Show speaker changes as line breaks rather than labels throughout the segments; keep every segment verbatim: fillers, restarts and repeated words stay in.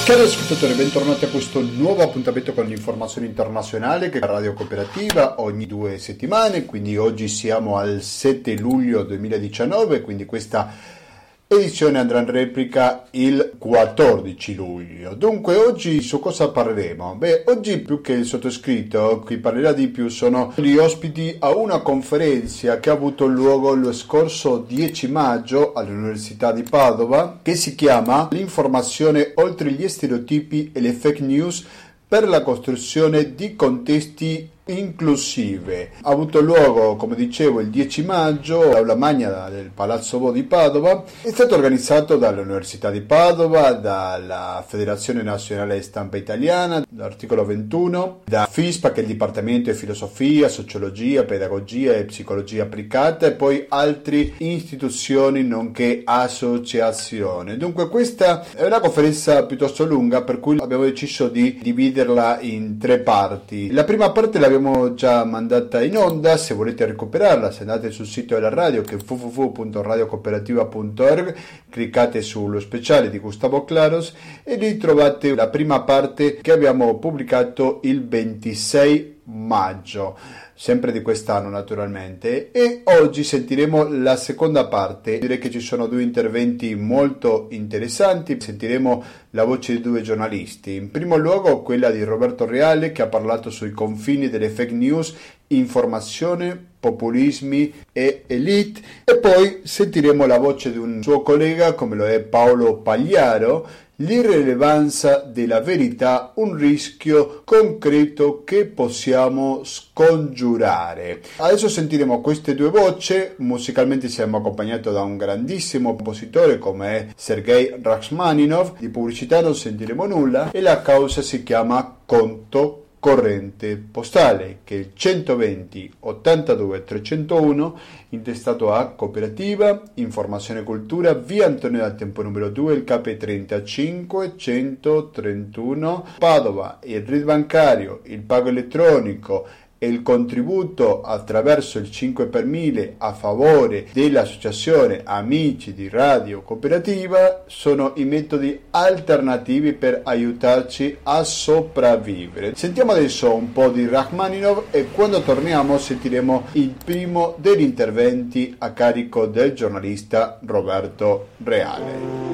Cari ascoltatori, bentornati a questo nuovo appuntamento con l'informazione internazionale che è Radio Cooperativa ogni due settimane, quindi oggi siamo al sette luglio duemiladiciannove, quindi questa edizione andrà in replica il quattordici luglio. Dunque oggi su cosa parleremo? Beh, oggi più che il sottoscritto, chi parlerà di più sono gli ospiti a una conferenza che ha avuto luogo lo scorso dieci maggio all'Università di Padova, che si chiama L'informazione oltre gli stereotipi e le fake news per la costruzione di contesti inclusive. Ha avuto luogo, come dicevo, il dieci maggio all'Aula Magna del Palazzo Bo di Padova. È stato organizzato dall'Università di Padova, dalla Federazione Nazionale Stampa Italiana, dall'articolo ventuno, da FISPA, che è il Dipartimento di Filosofia, Sociologia, Pedagogia e Psicologia Applicata, e poi altre istituzioni nonché associazioni. Dunque questa è una conferenza piuttosto lunga, per cui abbiamo deciso di dividerla in tre parti. La prima parte la abbiamo già mandata in onda. Se volete recuperarla, se andate sul sito della radio, che è w w w punto radio cooperativa punto org, cliccate sullo speciale di Gustavo Claros e lì trovate la prima parte che abbiamo pubblicato il ventisei maggio, sempre di quest'anno naturalmente, e oggi sentiremo la seconda parte. Direi che ci sono due interventi molto interessanti. Sentiremo la voce di due giornalisti, in primo luogo quella di Roberto Reale, che ha parlato sui confini delle fake news, informazione, populismi e elite, e poi sentiremo la voce di un suo collega come lo è Paolo Pagliaro, l'irrilevanza della verità, un rischio concreto che possiamo scongiurare. Adesso sentiremo queste due voci. Musicalmente siamo accompagnati da un grandissimo compositore come è Sergei Rachmaninov. Di pubblicità non sentiremo nulla e la causa si chiama Conto corrente postale, che è il centoventi ottantadue trecentouno, intestato a Cooperativa, Informazione e Cultura, via Antonio da Tempo numero due, il K trentacinque centotrentuno, Padova. Il R I D bancario, il pago elettronico e il contributo attraverso il cinque per mille a favore dell'associazione Amici di Radio Cooperativa sono i metodi alternativi per aiutarci a sopravvivere. Sentiamo adesso un po' di Rachmaninov e quando torniamo sentiremo il primo degli interventi a carico del giornalista Roberto Reale.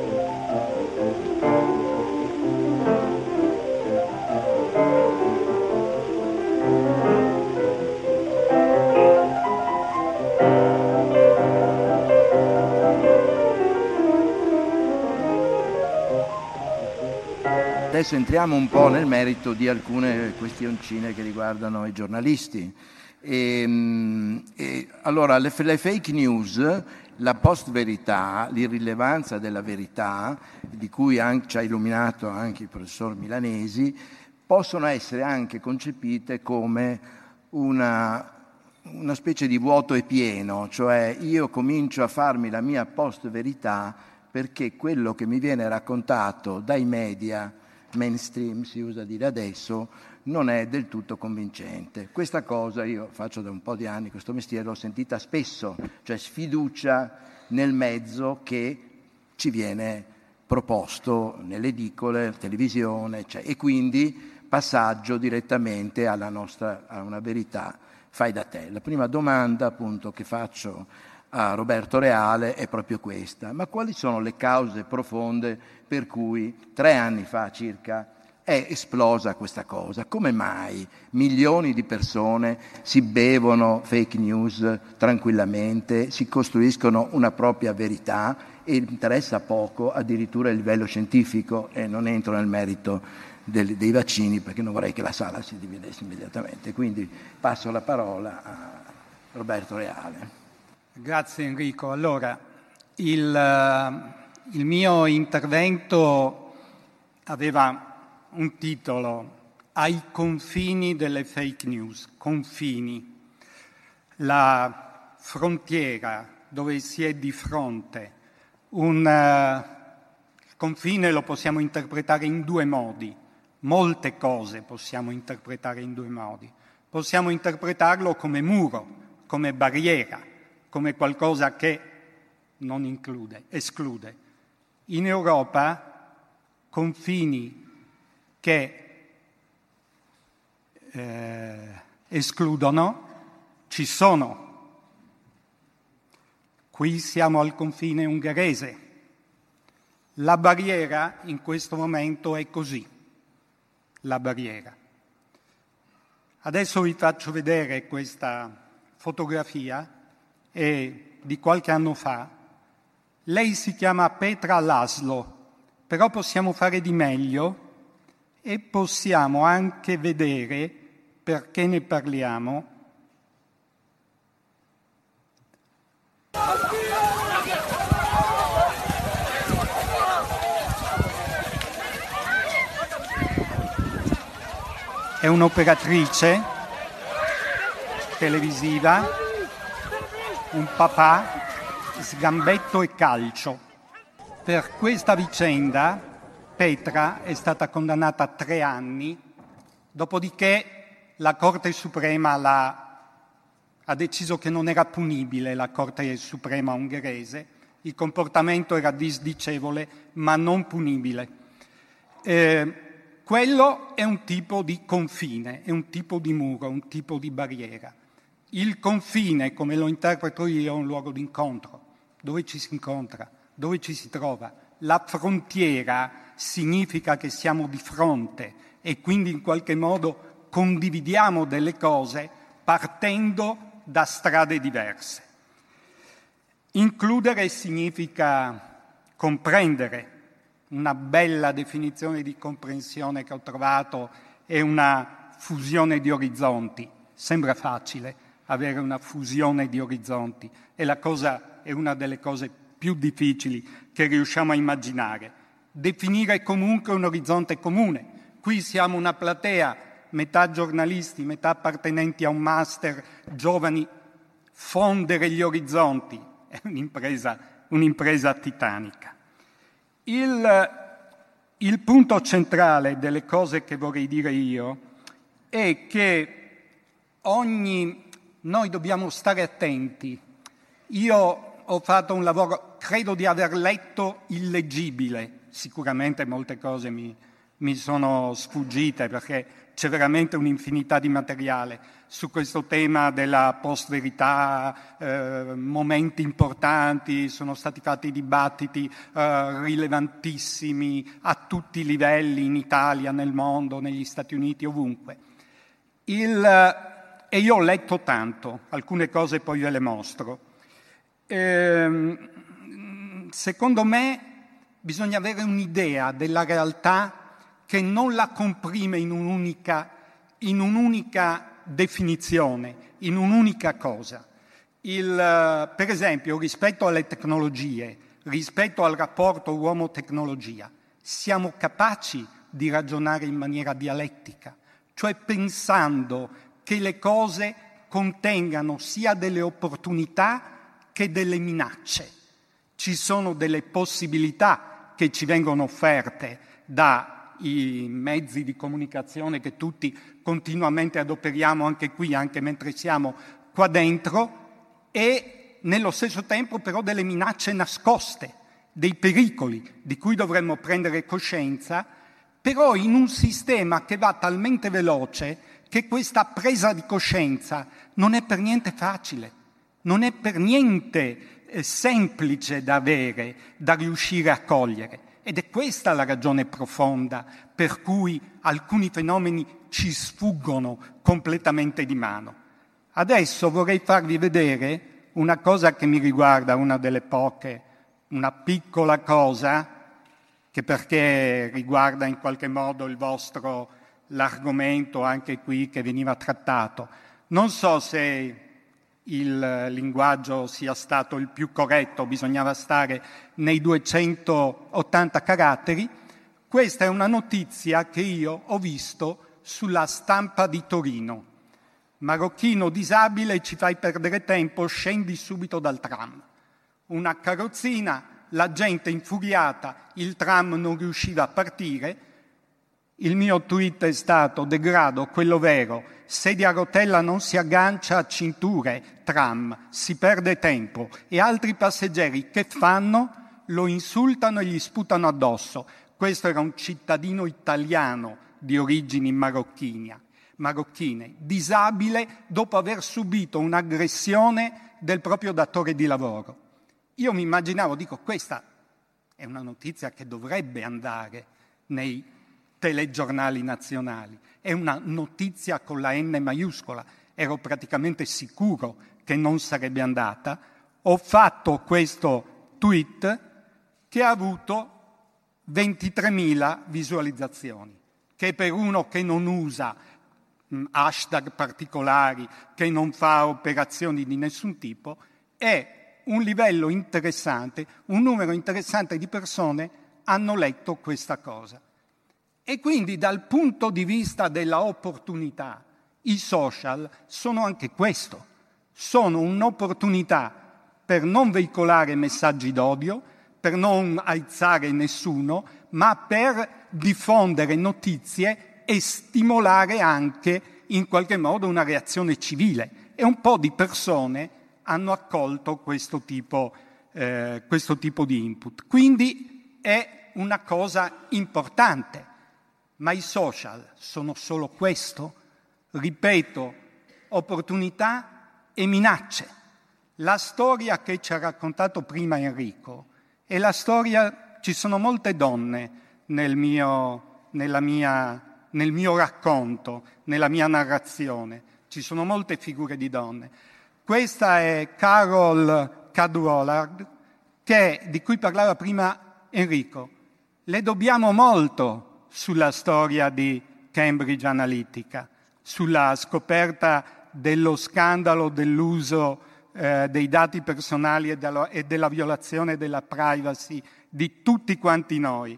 Adesso entriamo un po' nel merito di alcune questioncine che riguardano i giornalisti. E, e, allora, le, le fake news, la post-verità, l'irrilevanza della verità, di cui anche, ci ha illuminato anche il professor Milanesi, possono essere anche concepite come una, una specie di vuoto e pieno, cioè io comincio a farmi la mia post-verità perché quello che mi viene raccontato dai media mainstream, si usa dire adesso, non è del tutto convincente. Questa cosa io faccio da un po' di anni, questo mestiere l'ho sentita spesso, cioè sfiducia nel mezzo che ci viene proposto nelle edicole, televisione, cioè, e quindi passaggio direttamente alla nostra, a una verità fai da te. La prima domanda appunto che faccio a Roberto Reale è proprio questa: ma quali sono le cause profonde per cui tre anni fa circa è esplosa questa cosa? Come mai milioni di persone si bevono fake news tranquillamente, si costruiscono una propria verità e interessa poco addirittura il livello scientifico? E non entro nel merito del, dei vaccini perché non vorrei che la sala si dividesse immediatamente, quindi passo la parola a Roberto Reale.
Grazie Enrico. Allora, il, il mio intervento aveva un titolo: Ai confini delle fake news. Confini. La frontiera dove si è di fronte. Un uh, confine lo possiamo interpretare in due modi. Molte cose possiamo interpretare in due modi. Possiamo interpretarlo come muro, come barriera, come qualcosa che non include, esclude. In Europa confini che eh, escludono ci sono. Qui siamo al confine ungherese. La barriera in questo momento è così, la barriera. Adesso vi faccio vedere questa fotografia e di qualche anno fa. Lei si chiama Petra Laszlo, però possiamo fare di meglio e possiamo anche vedere, perché ne parliamo, è un'operatrice televisiva, un papà, sgambetto e calcio. Per questa vicenda Petra è stata condannata a tre anni, dopodiché la Corte Suprema l'ha, ha deciso che non era punibile, la Corte Suprema ungherese, il comportamento era disdicevole ma non punibile. Eh, quello è un tipo di confine, è un tipo di muro, un tipo di barriera. Il confine, come lo interpreto io, è un luogo di incontro, dove ci si incontra, dove ci si trova. La frontiera significa che siamo di fronte e quindi in qualche modo condividiamo delle cose partendo da strade diverse. Includere significa comprendere. Una bella definizione di comprensione che ho trovato è una fusione di orizzonti. Sembra facile avere una fusione di orizzonti, e la cosa è una delle cose più difficili che riusciamo a immaginare. Definire comunque un orizzonte comune. Qui siamo una platea, metà giornalisti, metà appartenenti a un master, giovani. Fondere gli orizzonti è un'impresa, un'impresa titanica. Il, il punto centrale delle cose che vorrei dire io è che ogni... noi dobbiamo stare attenti. Io ho fatto un lavoro, credo di aver letto illeggibile, sicuramente molte cose mi, mi sono sfuggite perché c'è veramente un'infinità di materiale su questo tema della post-verità, eh, momenti importanti, sono stati fatti dibattiti eh, rilevantissimi a tutti i livelli, in Italia, nel mondo, negli Stati Uniti, ovunque. Il, e io ho letto tanto, alcune cose poi ve le mostro. Eh, secondo me bisogna avere un'idea della realtà che non la comprime in un'unica, in un'unica definizione, in un'unica cosa. Il, per esempio, rispetto alle tecnologie, rispetto al rapporto uomo-tecnologia, siamo capaci di ragionare in maniera dialettica, cioè pensando che le cose contengano sia delle opportunità che delle minacce. Ci sono delle possibilità che ci vengono offerte da i mezzi di comunicazione che tutti continuamente adoperiamo anche qui, anche mentre siamo qua dentro, e nello stesso tempo però delle minacce nascoste, dei pericoli di cui dovremmo prendere coscienza, però in un sistema che va talmente veloce che questa presa di coscienza non è per niente facile, non è per niente eh, semplice da avere, da riuscire a cogliere. Ed è questa la ragione profonda per cui alcuni fenomeni ci sfuggono completamente di mano. Adesso vorrei farvi vedere una cosa che mi riguarda, una delle poche, una piccola cosa, che perché riguarda in qualche modo il vostro, l'argomento anche qui che veniva trattato. Non so se il linguaggio sia stato il più corretto, bisognava stare nei duecentottanta caratteri. Questa è una notizia che io ho visto sulla Stampa di Torino. Marocchino disabile, ci fai perdere tempo, scendi subito dal tram. Una carrozzina, la gente infuriata, il tram non riusciva a partire. Il mio tweet è stato: degrado, quello vero, sedia a rotella non si aggancia a cinture, tram, si perde tempo. E altri passeggeri che fanno? Lo insultano e gli sputano addosso. Questo era un cittadino italiano di origini marocchine, marocchine, disabile dopo aver subito un'aggressione del proprio datore di lavoro. Io mi immaginavo, dico, questa è una notizia che dovrebbe andare nei telegiornali nazionali, è una notizia con la N maiuscola, ero praticamente sicuro che non sarebbe andata. Ho fatto questo tweet che ha avuto ventitremila visualizzazioni, che per uno che non usa mh, hashtag particolari, che non fa operazioni di nessun tipo, è un livello interessante, un numero interessante di persone hanno letto questa cosa. E quindi dal punto di vista della opportunità, i social sono anche questo, sono un'opportunità per non veicolare messaggi d'odio, per non aizzare nessuno, ma per diffondere notizie e stimolare anche in qualche modo una reazione civile. E un po' di persone hanno accolto questo tipo, eh, questo tipo di input. Quindi è una cosa importante. Ma i social sono solo questo? Ripeto, opportunità e minacce. La storia che ci ha raccontato prima Enrico è la storia, ci sono molte donne nel mio, nella mia, nel mio racconto, nella mia narrazione, ci sono molte figure di donne. Questa è Carol Cadwallader, che, di cui parlava prima Enrico. Le dobbiamo molto sulla storia di Cambridge Analytica, sulla scoperta dello scandalo dell'uso eh, dei dati personali e della, e della violazione della privacy di tutti quanti noi.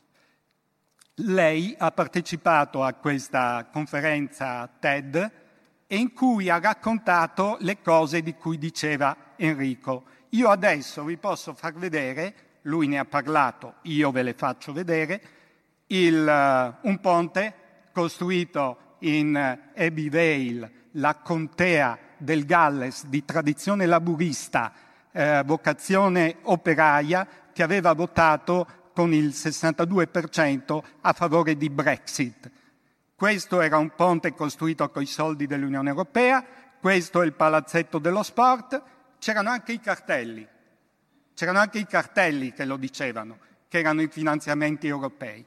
Lei ha partecipato a questa conferenza TED e in cui ha raccontato le cose di cui diceva Enrico. Io adesso vi posso far vedere, lui ne ha parlato, io ve le faccio vedere, il, uh, un ponte costruito in uh, Abbeyvale, la contea del Galles di tradizione laburista, eh, vocazione operaia, che aveva votato con il sessantadue per cento a favore di Brexit. Questo era un ponte costruito con i soldi dell'Unione Europea, questo è il palazzetto dello sport, c'erano anche i cartelli, c'erano anche i cartelli che lo dicevano, che erano i finanziamenti europei.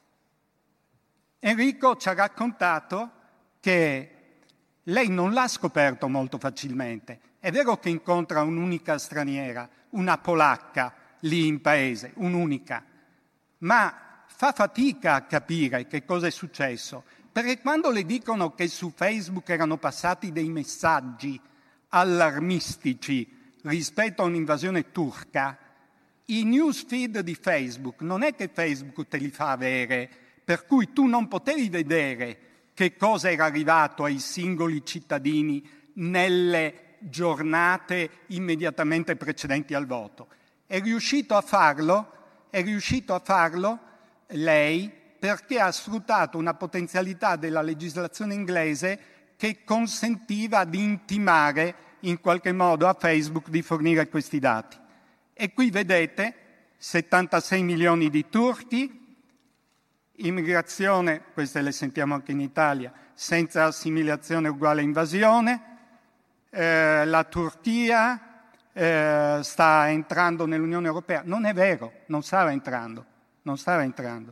Enrico ci ha raccontato che lei non l'ha scoperto molto facilmente. È vero che incontra un'unica straniera, una polacca, lì in paese, un'unica, ma fa fatica a capire che cosa è successo, perché quando le dicono che su Facebook erano passati dei messaggi allarmistici rispetto a un'invasione turca, i newsfeed di Facebook non è che Facebook te li fa avere, per cui tu non potevi vedere che cosa era arrivato ai singoli cittadini nelle giornate immediatamente precedenti al voto. È riuscito a farlo, è riuscito a farlo lei perché ha sfruttato una potenzialità della legislazione inglese che consentiva di intimare in qualche modo a Facebook di fornire questi dati. E qui vedete settantasei milioni di turchi, immigrazione, queste le sentiamo anche in Italia, senza assimilazione uguale invasione, eh, la Turchia eh, sta entrando nell'Unione Europea. Non è vero, non stava entrando, non stava entrando.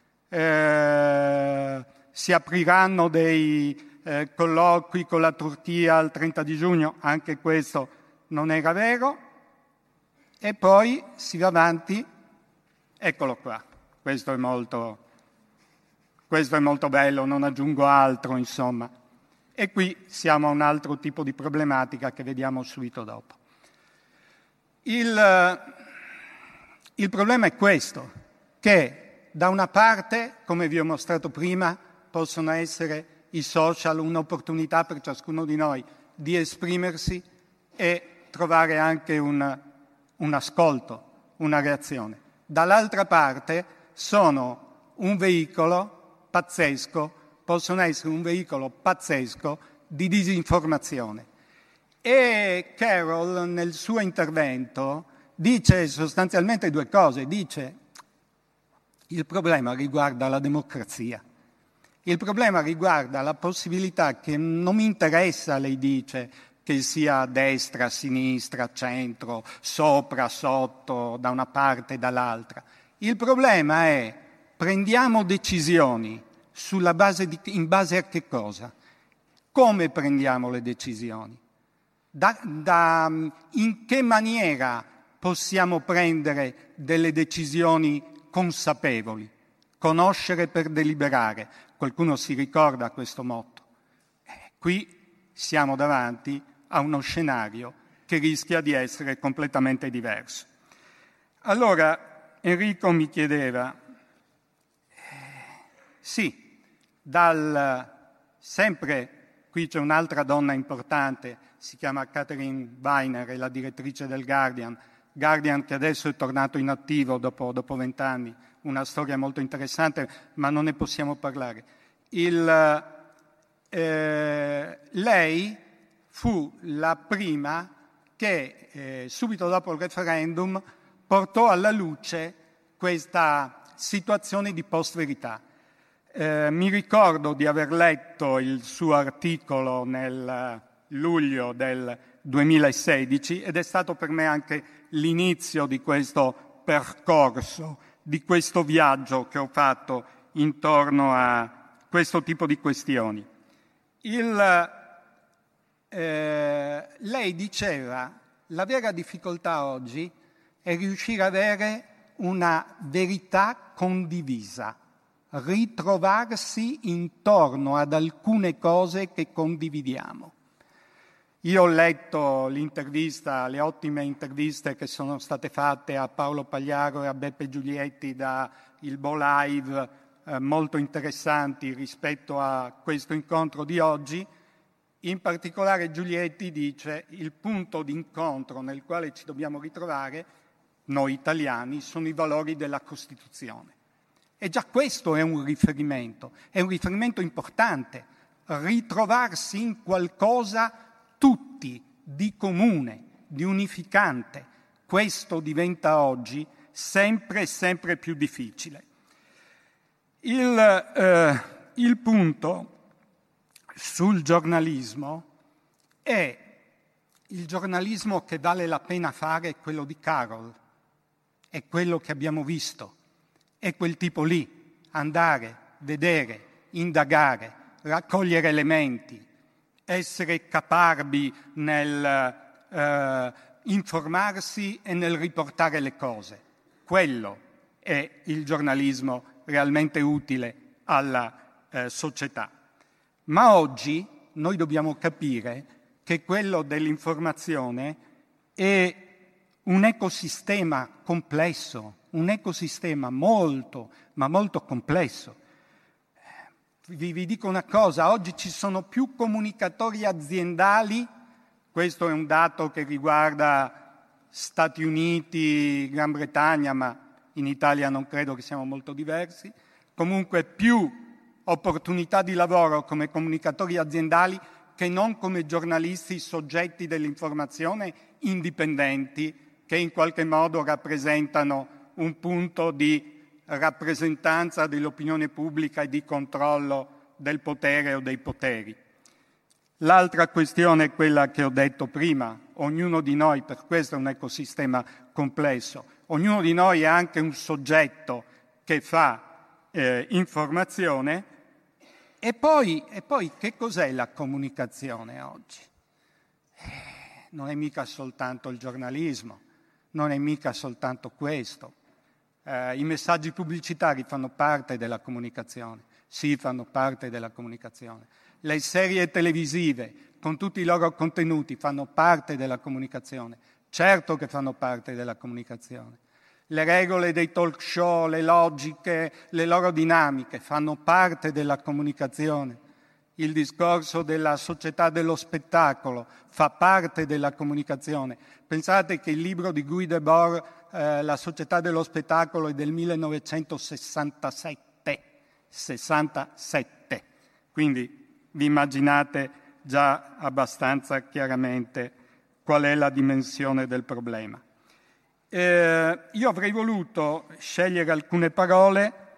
Eh, si apriranno dei eh, colloqui con la Turchia il trenta di giugno, anche questo non era vero. E poi si va avanti, eccolo qua, questo è molto... Questo è molto bello, non aggiungo altro, insomma. E qui siamo a un altro tipo di problematica che vediamo subito dopo. Il, il problema è questo, che da una parte, come vi ho mostrato prima, possono essere i social un'opportunità per ciascuno di noi di esprimersi e trovare anche un, un ascolto, una reazione. Dall'altra parte sono un veicolo pazzesco, possono essere un veicolo pazzesco di disinformazione. E Carol nel suo intervento dice sostanzialmente due cose. Dice Il problema riguarda la democrazia. Il problema riguarda la possibilità che non mi interessa, lei dice, che sia destra, sinistra, centro, sopra, sotto, da una parte e dall'altra. Il problema è prendiamo decisioni sulla base di, in base a che cosa? Come prendiamo le decisioni? Da, da, in che maniera possiamo prendere delle decisioni consapevoli? Conoscere per deliberare. Qualcuno si ricorda questo motto. Eh, qui siamo davanti a uno scenario che rischia di essere completamente diverso. Allora, Enrico mi chiedeva, eh, sì, dal sempre, qui c'è un'altra donna importante, si chiama Catherine Weiner, è la direttrice del Guardian, Guardian che adesso è tornato in attivo dopo, dopo vent'anni, una storia molto interessante, ma non ne possiamo parlare. Il, eh, lei fu la prima che, eh, subito dopo il referendum, portò alla luce questa situazione di post-verità. Eh, mi ricordo di aver letto il suo articolo nel luglio del duemilasedici ed è stato per me anche l'inizio di questo percorso, di questo viaggio che ho fatto intorno a questo tipo di questioni. Il, eh, lei diceva la vera difficoltà oggi è riuscire ad avere una verità condivisa, ritrovarsi intorno ad alcune cose che condividiamo. Io ho letto l'intervista, le ottime interviste che sono state fatte a Paolo Pagliaro e a Beppe Giulietti da Il Bo Live, eh, molto interessanti rispetto a questo incontro di oggi. In particolare Giulietti dice il punto d'incontro nel quale ci dobbiamo ritrovare, noi italiani, sono i valori della Costituzione. E già questo è un riferimento, è un riferimento importante, ritrovarsi in qualcosa tutti di comune, di unificante. Questo diventa oggi sempre e sempre più difficile. Il, eh, il punto sul giornalismo è il giornalismo che vale la pena fare è quello di Carol, è quello che abbiamo visto, è quel tipo lì, andare, vedere, indagare, raccogliere elementi, essere caparbi nel eh, informarsi e nel riportare le cose. Quello è il giornalismo realmente utile alla eh, società. Ma oggi noi dobbiamo capire che quello dell'informazione è un ecosistema complesso, un ecosistema molto, ma molto complesso. Vi, vi dico una cosa, oggi ci sono più comunicatori aziendali, questo è un dato che riguarda Stati Uniti, Gran Bretagna, ma in Italia non credo che siamo molto diversi, comunque più opportunità di lavoro come comunicatori aziendali che non come giornalisti soggetti dell'informazione indipendenti che in qualche modo rappresentano un punto di rappresentanza dell'opinione pubblica e di controllo del potere o dei poteri. L'altra questione è quella che ho detto prima, ognuno di noi, per questo è un ecosistema complesso, ognuno di noi è anche un soggetto che fa eh, informazione. E poi, e poi che cos'è la comunicazione oggi? Eh, non è mica soltanto il giornalismo, non è mica soltanto questo. Eh, I messaggi pubblicitari fanno parte della comunicazione, sì, fanno parte della comunicazione. Le serie televisive, con tutti i loro contenuti, fanno parte della comunicazione. Certo che fanno parte della comunicazione. Le regole dei talk show, le logiche, le loro dinamiche fanno parte della comunicazione. Il discorso della società dello spettacolo fa parte della comunicazione. Pensate che il libro di Guy Debord, eh, La società dello spettacolo, è del millenovecentosessantasette. sessantasette. Quindi vi immaginate già abbastanza chiaramente qual è la dimensione del problema. Eh, io avrei voluto scegliere alcune parole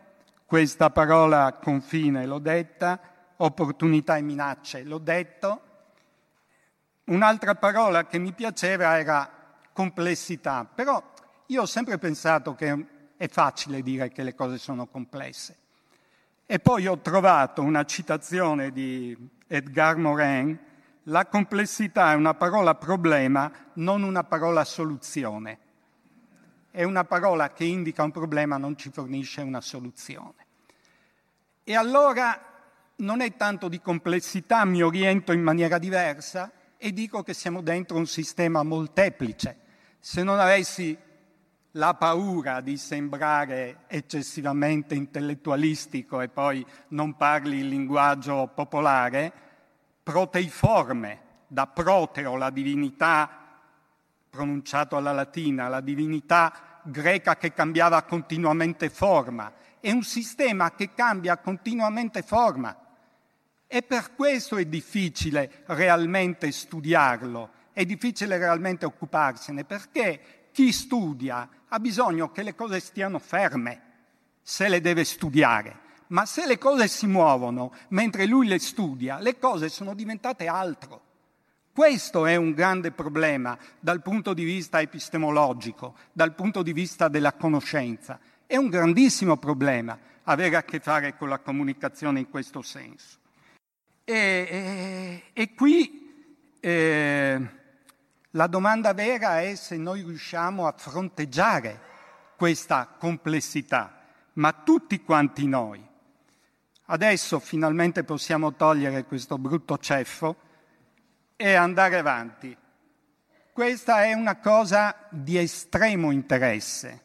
questa parola confine, l'ho detta, opportunità e minacce, l'ho detto. Un'altra parola che mi piaceva era complessità, però io ho sempre pensato che è facile dire che le cose sono complesse. E poi ho trovato una citazione di Edgar Morin: la complessità è una parola problema, non una parola soluzione. È una parola che indica un problema, non ci fornisce una soluzione. E allora non è tanto di complessità, mi oriento in maniera diversa e dico che siamo dentro un sistema molteplice. Se non avessi la paura di sembrare eccessivamente intellettualistico e poi non parli il linguaggio popolare, proteiforme, da proteo, la divinità, pronunciato alla latina, la divinità greca che cambiava continuamente forma. È un sistema che cambia continuamente forma. E per questo è difficile realmente studiarlo, è difficile realmente occuparsene, perché chi studia ha bisogno che le cose stiano ferme, se le deve studiare. Ma se le cose si muovono mentre lui le studia, le cose sono diventate altro. Questo è un grande problema dal punto di vista epistemologico, dal punto di vista della conoscenza. È un grandissimo problema avere a che fare con la comunicazione in questo senso. E, e, e qui eh, la domanda vera è se noi riusciamo a fronteggiare questa complessità, ma tutti quanti noi. Adesso finalmente possiamo togliere questo brutto ceffo e andare avanti. Questa è una cosa di estremo interesse.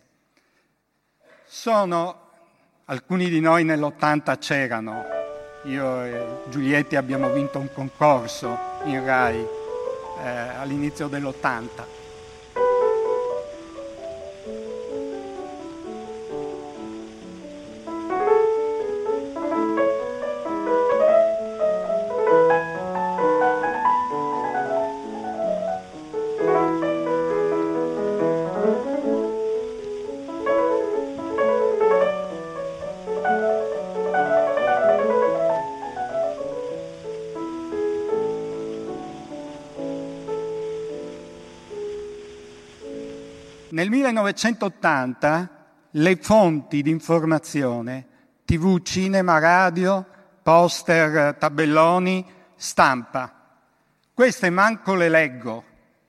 Sono, alcuni di noi nell'ottanta c'erano, io e Giulietti abbiamo vinto un concorso in Rai eh, all'inizio dell'ottanta. Nel millenovecentottanta le fonti di informazione, tivù, cinema, radio, poster, tabelloni, stampa, queste manco le leggo.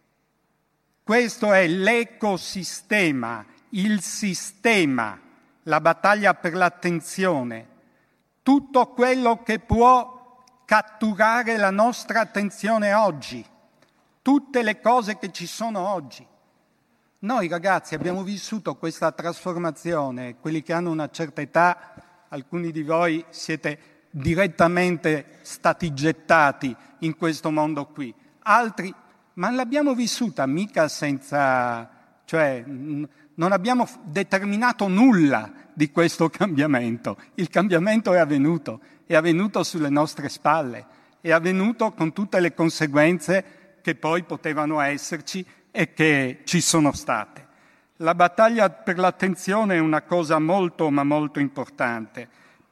Questo è l'ecosistema, il sistema, la battaglia per l'attenzione, tutto quello che può catturare la nostra attenzione oggi, tutte le cose che ci sono oggi. Noi ragazzi abbiamo vissuto questa trasformazione, quelli che hanno una certa età, alcuni di voi siete direttamente stati gettati in questo mondo qui, altri, ma l'abbiamo vissuta mica senza, cioè non abbiamo determinato nulla di questo cambiamento. Il cambiamento è avvenuto, è avvenuto sulle nostre spalle, è avvenuto con tutte le conseguenze che poi potevano esserci e che ci sono state. La battaglia per l'attenzione è una cosa molto ma molto importante,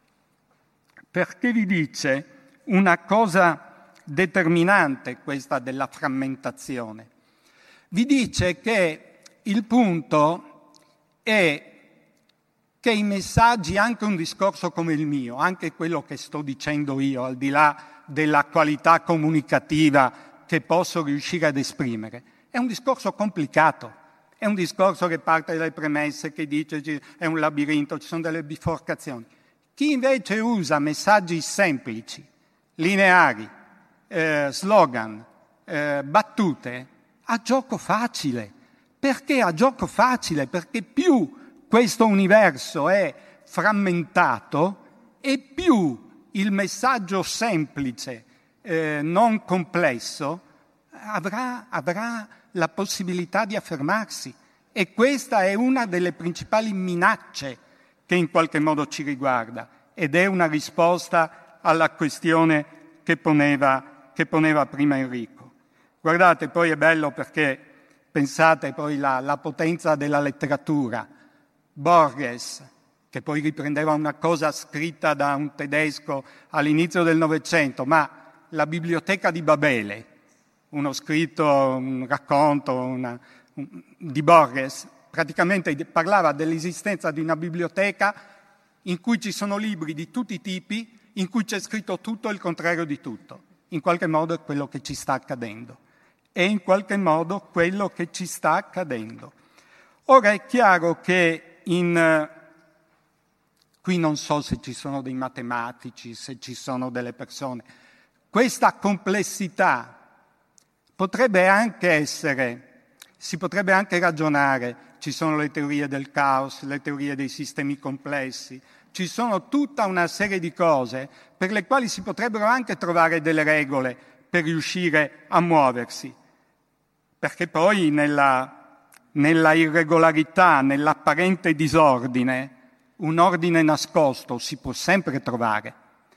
perché vi dice una cosa determinante, questa della frammentazione. Vi dice che il punto è che i messaggi, anche un discorso come il mio, anche quello che sto dicendo io, al di là della qualità comunicativa che posso riuscire ad esprimere, è un discorso complicato, è un discorso che parte dalle premesse, che dice che è un labirinto, ci sono delle biforcazioni. Chi invece usa messaggi semplici, lineari, eh, slogan, eh, battute, ha gioco facile. Perché ha gioco facile? Perché più questo universo è frammentato e più il messaggio semplice, eh, non complesso, avrà, avrà la possibilità di affermarsi. E questa è una delle principali minacce che in qualche modo ci riguarda, ed è una risposta alla questione che poneva, che poneva prima Enrico. Guardate, poi è bello perché pensate poi la, la potenza della letteratura. Borges, che poi riprendeva una cosa scritta da un tedesco all'inizio del Novecento, ma la biblioteca di Babele, uno scritto, un racconto una, un, di Borges, praticamente parlava dell'esistenza di una biblioteca in cui ci sono libri di tutti i tipi, in cui c'è scritto tutto e il contrario di tutto. In qualche modo è quello che ci sta accadendo. È in qualche modo quello che ci sta accadendo. Ora è chiaro che in... Qui non so se ci sono dei matematici, se ci sono delle persone. Questa complessità potrebbe anche essere, si potrebbe anche ragionare, ci sono le teorie del caos, le teorie dei sistemi complessi, ci sono tutta una serie di cose per le quali si potrebbero anche trovare delle regole per riuscire a muoversi, perché poi nella, nella irregolarità, nell'apparente disordine, un ordine nascosto si può sempre trovare,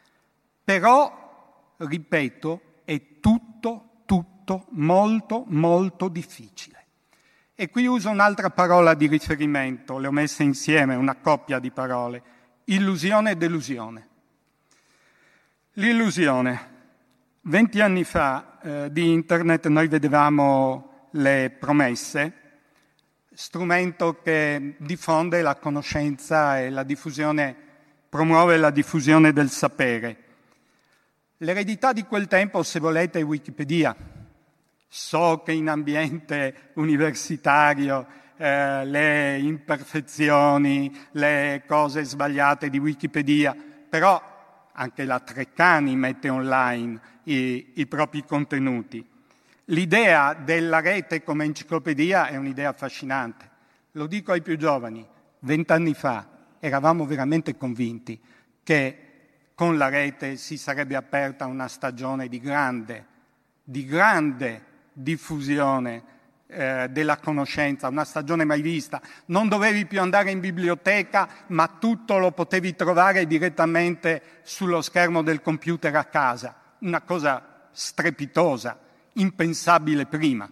però, ripeto, è tutto, tutto molto, molto difficile. E qui uso un'altra parola di riferimento, le ho messe insieme, una coppia di parole, illusione e delusione. L'illusione. Venti anni fa eh, di Internet noi vedevamo le promesse, strumento che diffonde la conoscenza e la diffusione, promuove la diffusione del sapere. L'eredità di quel tempo, se volete, è Wikipedia. So che in ambiente universitario eh, le imperfezioni, le cose sbagliate di Wikipedia, però anche la Treccani mette online i, i propri contenuti. L'idea della rete come enciclopedia è un'idea affascinante. Lo dico ai più giovani. Vent'anni fa eravamo veramente convinti che con la rete si sarebbe aperta una stagione di grande, di grande diffusione eh, della conoscenza, una stagione mai vista. Non dovevi più andare in biblioteca, ma tutto lo potevi trovare direttamente sullo schermo del computer a casa. Una cosa strepitosa, impensabile prima.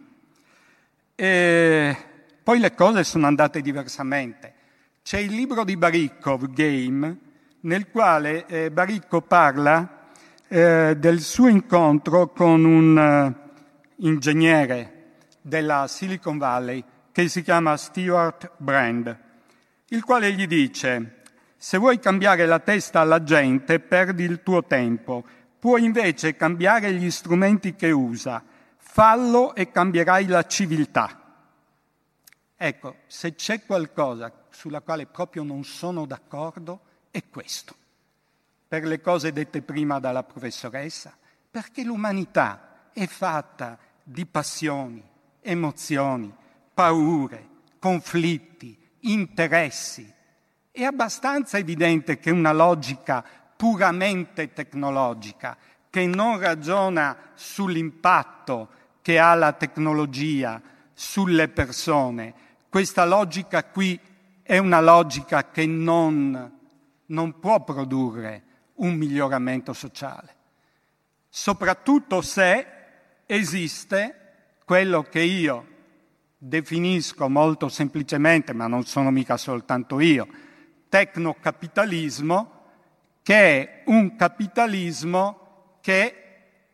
E poi le cose sono andate diversamente. C'è il libro di Barikov, Game, nel quale eh, Barikov parla eh, del suo incontro con un uh, ingegnere della Silicon Valley che si chiama Stewart Brand, il quale gli dice: se vuoi cambiare la testa alla gente, perdi il tuo tempo. Puoi invece cambiare gli strumenti che usa. Fallo e cambierai la civiltà. Ecco, se c'è qualcosa sulla quale proprio non sono d'accordo, è questo. Per le cose dette prima dalla professoressa, perché l'umanità è fatta di passioni, emozioni, paure, conflitti, interessi. È abbastanza evidente che una logica puramente tecnologica, che non ragiona sull'impatto che ha la tecnologia sulle persone, questa logica qui è una logica che non, non può produrre un miglioramento sociale, soprattutto se esiste quello che io definisco molto semplicemente, ma non sono mica soltanto io, tecnocapitalismo, che è un capitalismo che,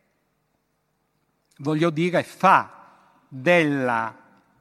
voglio dire, fa della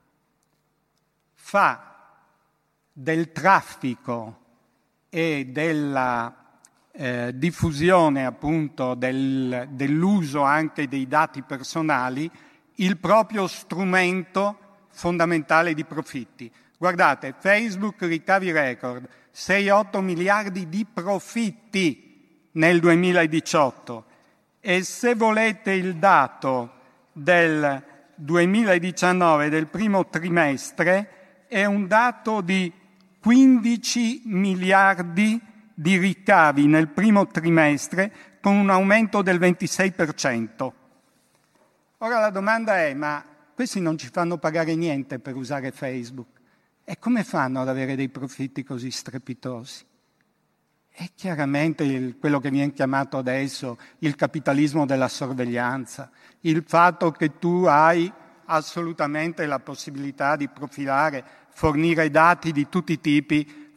fa del traffico e della eh, diffusione appunto del, dell'uso anche dei dati personali il proprio strumento fondamentale di profitti. Guardate, Facebook ricavi record, sei otto miliardi di profitti nel duemiladiciotto, e se volete il dato del duemiladiciannove, del primo trimestre, è un dato di quindici miliardi di ricavi nel primo trimestre, con un aumento del ventisei per cento. Ora la domanda è: ma questi non ci fanno pagare niente per usare Facebook? E come fanno ad avere dei profitti così strepitosi? È chiaramente il, quello che viene chiamato adesso il capitalismo della sorveglianza, il fatto che tu hai assolutamente la possibilità di profilare, fornire dati di tutti i tipi,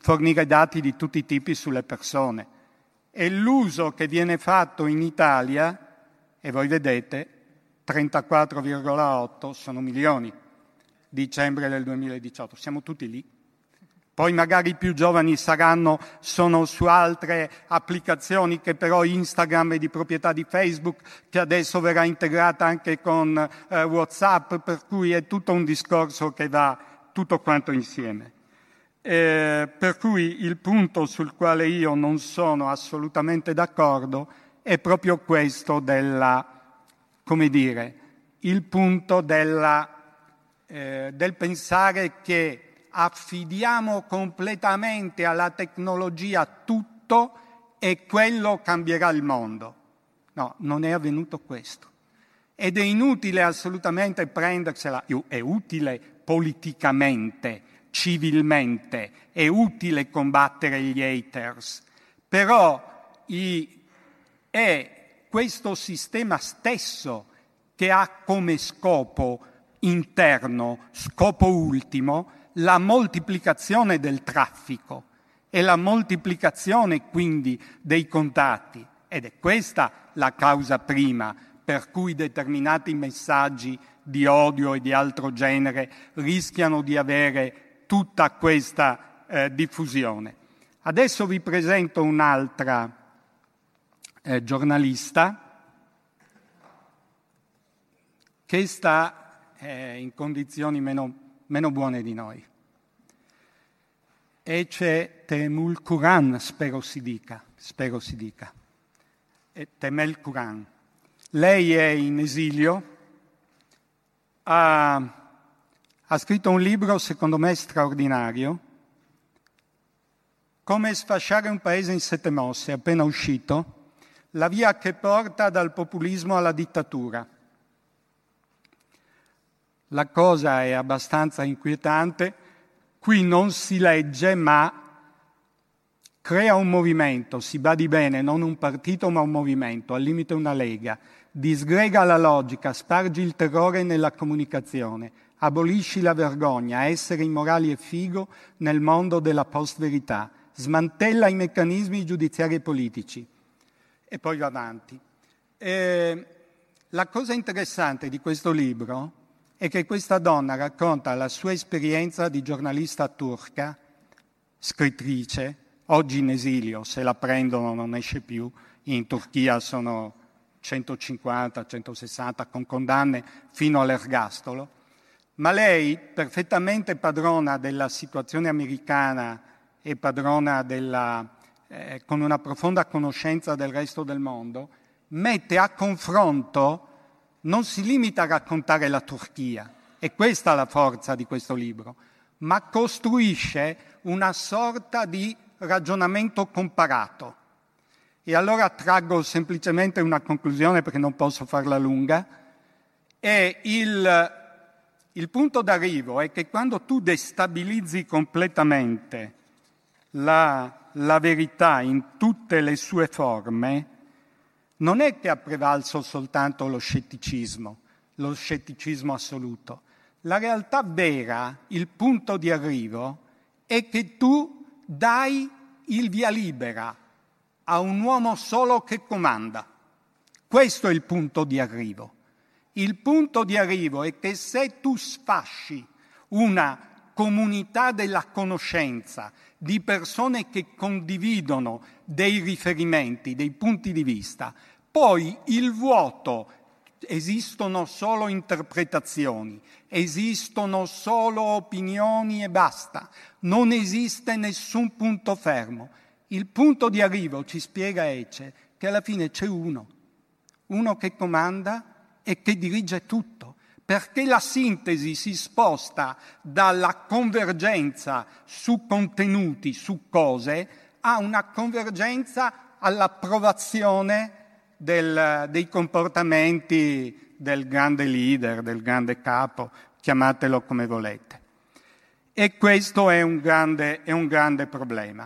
fornire dati di tutti i tipi sulle persone. E l'uso che viene fatto in Italia, e voi vedete, trentaquattro virgola otto sono milioni, dicembre del duemiladiciotto, siamo tutti lì. Poi magari i più giovani saranno, sono su altre applicazioni che però Instagram è di proprietà di Facebook, che adesso verrà integrata anche con eh, WhatsApp, per cui è tutto un discorso che va tutto quanto insieme. Eh, per cui il punto sul quale io non sono assolutamente d'accordo è proprio questo della, come dire, il punto della, eh, del pensare che affidiamo completamente alla tecnologia tutto e quello cambierà il mondo. No, non è avvenuto questo. Ed è inutile assolutamente prendersela, è utile politicamente, civilmente, è utile combattere gli haters, però i, è questo sistema stesso che ha come scopo interno, scopo ultimo, la moltiplicazione del traffico e la moltiplicazione quindi dei contatti. Ed è questa la causa prima per cui determinati messaggi di odio e di altro genere rischiano di avere tutta questa eh, diffusione. Adesso vi presento un'altra eh, giornalista che sta eh, in condizioni meno meno buone di noi. Ece Temel Kuran, spero si dica, spero si dica. E Temel Kuran. Lei è in esilio, ha, ha scritto un libro, secondo me, straordinario, Come sfasciare un paese in sette mosse, appena uscito, la via che porta dal populismo alla dittatura. La cosa è abbastanza inquietante, qui non si legge ma crea un movimento, si badi bene, non un partito ma un movimento, al limite una lega, disgrega la logica, spargi il terrore nella comunicazione, abolisci la vergogna, essere immorali e figo nel mondo della post-verità, smantella i meccanismi giudiziari e politici. E poi va avanti. E la cosa interessante di questo libro è che questa donna racconta la sua esperienza di giornalista turca, scrittrice, oggi in esilio, se la prendono non esce più, in Turchia sono centocinquanta centosessanta con condanne fino all'ergastolo, ma lei, perfettamente padrona della situazione americana e padrona della, eh, con una profonda conoscenza del resto del mondo, mette a confronto, non si limita a raccontare la Turchia, è questa la forza di questo libro, ma costruisce una sorta di ragionamento comparato. E allora traggo semplicemente una conclusione, perché non posso farla lunga, e il, il punto d'arrivo è che quando tu destabilizzi completamente la, la verità in tutte le sue forme, non è che ha prevalso soltanto lo scetticismo, lo scetticismo assoluto. La realtà vera, il punto di arrivo, è che tu dai il via libera a un uomo solo che comanda. Questo è il punto di arrivo. Il punto di arrivo è che se tu sfasci una comunità della conoscenza di persone che condividono dei riferimenti, dei punti di vista, poi il vuoto, esistono solo interpretazioni, esistono solo opinioni e basta, non esiste nessun punto fermo. Il punto di arrivo, ci spiega Ece, che alla fine c'è uno, uno che comanda e che dirige tutto, perché la sintesi si sposta dalla convergenza su contenuti, su cose, a una convergenza all'approvazione del, dei comportamenti del grande leader, del grande capo, chiamatelo come volete. E questo è un grande, è un grande problema.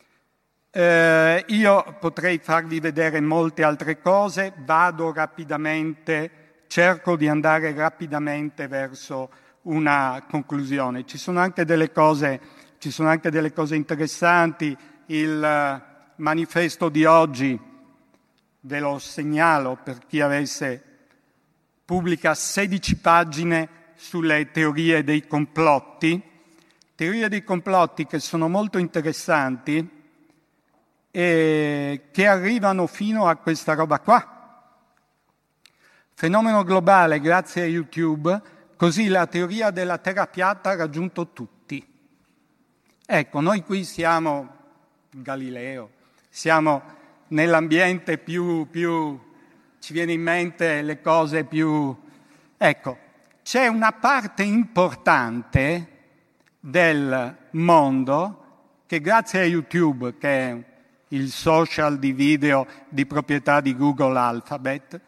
Eh, io potrei farvi vedere molte altre cose, vado rapidamente, cerco di andare rapidamente verso una conclusione. Ci sono anche delle cose ci sono anche delle cose interessanti. Il manifesto di oggi, ve lo segnalo per chi avesse, pubblica sedici pagine sulle teorie dei complotti, teorie dei complotti che sono molto interessanti e che arrivano fino a questa roba qua. Fenomeno globale grazie a YouTube, così la teoria della terra piatta ha raggiunto tutti. Ecco, noi qui siamo Galileo, siamo nell'ambiente più, più, ci viene in mente le cose più... Ecco, c'è una parte importante del mondo che grazie a YouTube, che è il social di video di proprietà di Google Alphabet,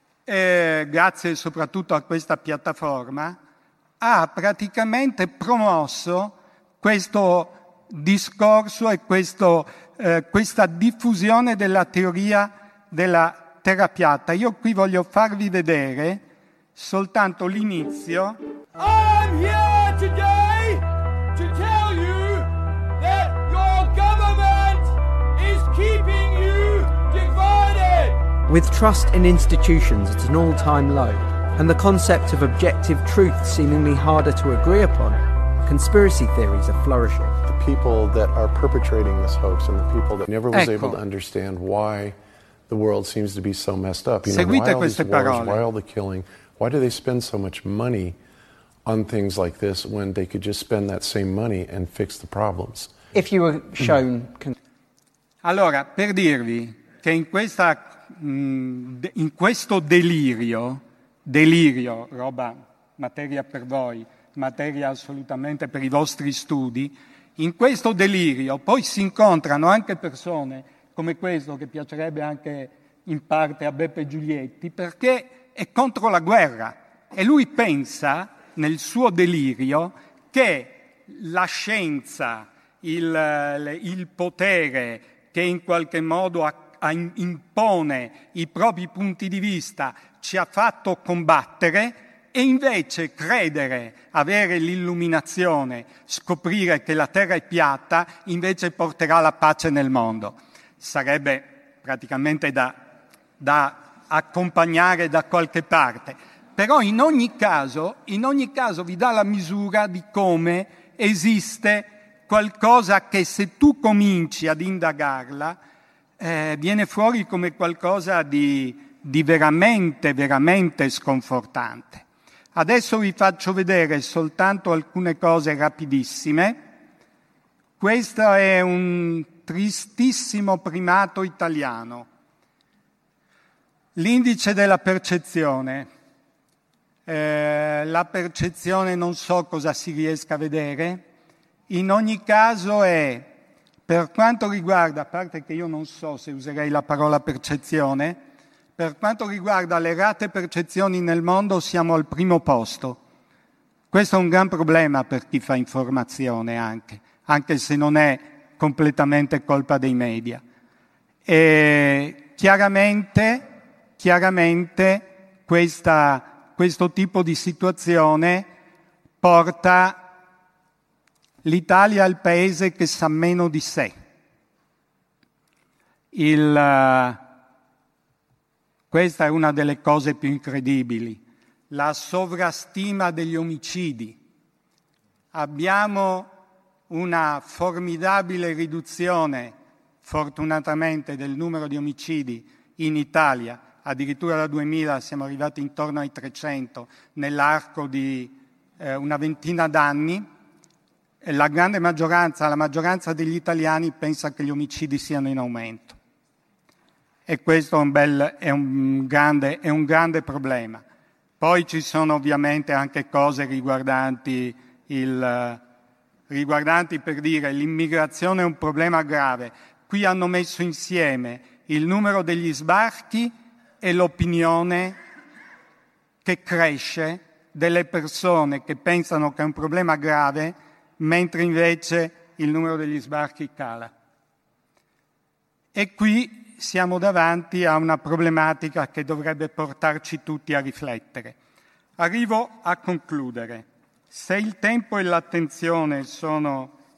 e grazie soprattutto a questa piattaforma, ha praticamente promosso questo discorso e questo, eh, questa diffusione della teoria della terra piatta. Io qui voglio farvi vedere soltanto l'inizio.
I'm here today to tell you that your government is keeping you divided.
With trust in institutions at an all-time low, and the concept of objective truth seemingly harder to agree upon, conspiracy theories are flourishing.
The people that are perpetrating this hoax and the people that never was
Ecco.
able to understand why the world seems to be so messed up. You know,
Seguite
why all these
queste
wars,
parole.
why all the killing? Why do they spend so much money on things like this when they could just spend that same money and fix the problems?
If you were shown... Con-
Allora, per dirvi che in, questa, mh, de- in questo delirio, delirio, roba, materia per voi, materia assolutamente per i vostri studi, in questo delirio poi si incontrano anche persone come questo, che piacerebbe anche in parte a Beppe Giulietti, perché è contro la guerra e lui pensa, nel suo delirio, che la scienza, il, il potere che in qualche modo ha, ha, impone i propri punti di vista ci ha fatto combattere, e invece credere, avere l'illuminazione, scoprire che la terra è piatta, invece porterà la pace nel mondo. Sarebbe praticamente da, da accompagnare da qualche parte. Però in ogni caso, in ogni caso vi dà la misura di come esiste qualcosa che, se tu cominci ad indagarla, eh, viene fuori come qualcosa di, di veramente, veramente sconfortante. Adesso vi faccio vedere soltanto alcune cose rapidissime. Questo è un tristissimo primato italiano. L'indice della percezione. Eh, la percezione non so cosa si riesca a vedere. In ogni caso è, per quanto riguarda, a parte che io non so se userei la parola percezione, per quanto riguarda le rate percezioni nel mondo siamo al primo posto. Questo è un gran problema per chi fa informazione anche, anche se non è completamente colpa dei media. E chiaramente, chiaramente questa, questo tipo di situazione porta l'Italia al paese che sa meno di sé. Il... Questa è una delle cose più incredibili, la sovrastima degli omicidi. Abbiamo una formidabile riduzione, fortunatamente, del numero di omicidi in Italia. Addirittura dal duemila siamo arrivati intorno ai trecento nell'arco di eh, una ventina d'anni. La grande maggioranza, la maggioranza degli italiani pensa che gli omicidi siano in aumento. E questo è un, bel, è, un grande, è un grande problema. Poi ci sono ovviamente anche cose riguardanti, il, riguardanti per dire l'immigrazione è un problema grave. Qui hanno messo insieme il numero degli sbarchi e l'opinione che cresce delle persone che pensano che è un problema grave, mentre invece il numero degli sbarchi cala. E qui siamo davanti a una problematica che dovrebbe portarci tutti a riflettere. Arrivo a concludere. Se il tempo e l'attenzione sono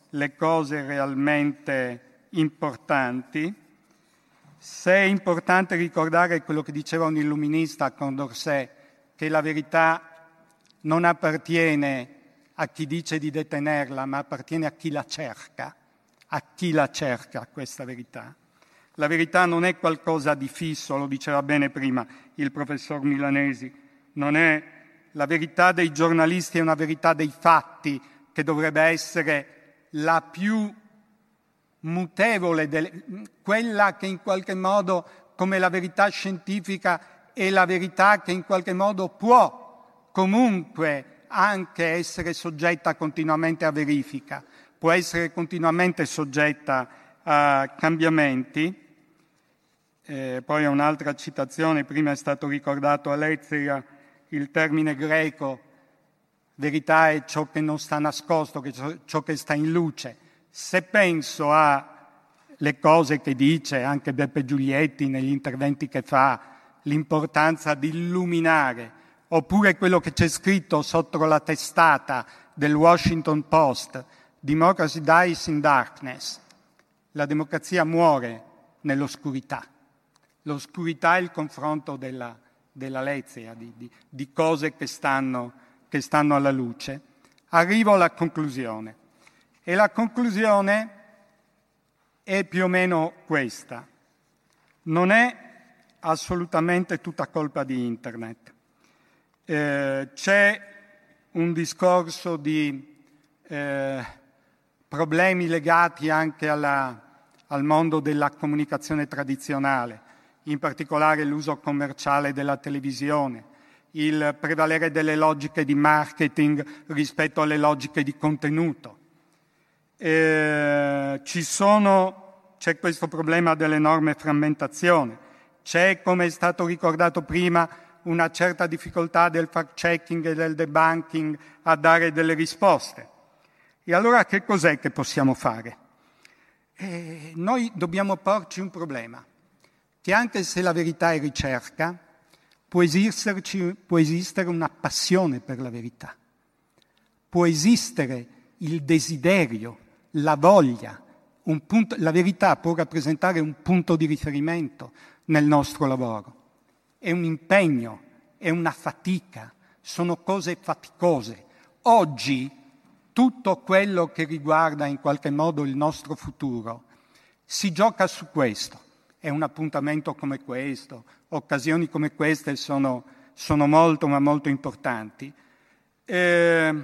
le cose realmente importanti. Se è importante ricordare quello che diceva un illuminista, Condorcet, che la verità non appartiene a chi dice di detenerla, ma appartiene a chi la cerca, a chi la cerca questa verità. La verità non è qualcosa di fisso, lo diceva bene prima il professor Milanesi, non è la verità dei giornalisti, è una verità dei fatti che dovrebbe essere la più mutevole, delle, quella che in qualche modo, come la verità scientifica, è la verità che in qualche modo può comunque anche essere soggetta continuamente a verifica, può essere continuamente soggetta a cambiamenti. Eh, poi un'altra citazione, prima è stato ricordato a Lezia il termine greco, verità è ciò che non sta nascosto, che ciò che sta in luce. Se penso alle cose che dice anche Beppe Giulietti negli interventi che fa, l'importanza di illuminare, oppure quello che c'è scritto sotto la testata del Washington Post, Democracy dies in darkness, la democrazia muore nell'oscurità. L'oscurità è il confronto della, della Lezia, di, di, di cose che stanno, che stanno alla luce. Arrivo alla conclusione. E la conclusione è più o meno questa. Non è assolutamente tutta colpa di Internet. Eh, c'è un discorso di eh, problemi legati anche alla, al mondo della comunicazione tradizionale, in particolare l'uso commerciale della televisione, il prevalere delle logiche di marketing rispetto alle logiche di contenuto. Eh, ci sono, c'è questo problema dell'enorme frammentazione, c'è, come è stato ricordato prima, una certa difficoltà del fact-checking e del debunking a dare delle risposte. E allora che cos'è che possiamo fare? Eh, noi dobbiamo porci un problema, che anche se la verità è ricerca, può esisterci, può esistere una passione per la verità, può esistere il desiderio, la voglia, un punto, la verità può rappresentare un punto di riferimento nel nostro lavoro. È un impegno, è una fatica, sono cose faticose. Oggi tutto quello che riguarda in qualche modo il nostro futuro si gioca su questo. È un appuntamento come questo, occasioni come queste sono, sono molto ma molto importanti. Eh,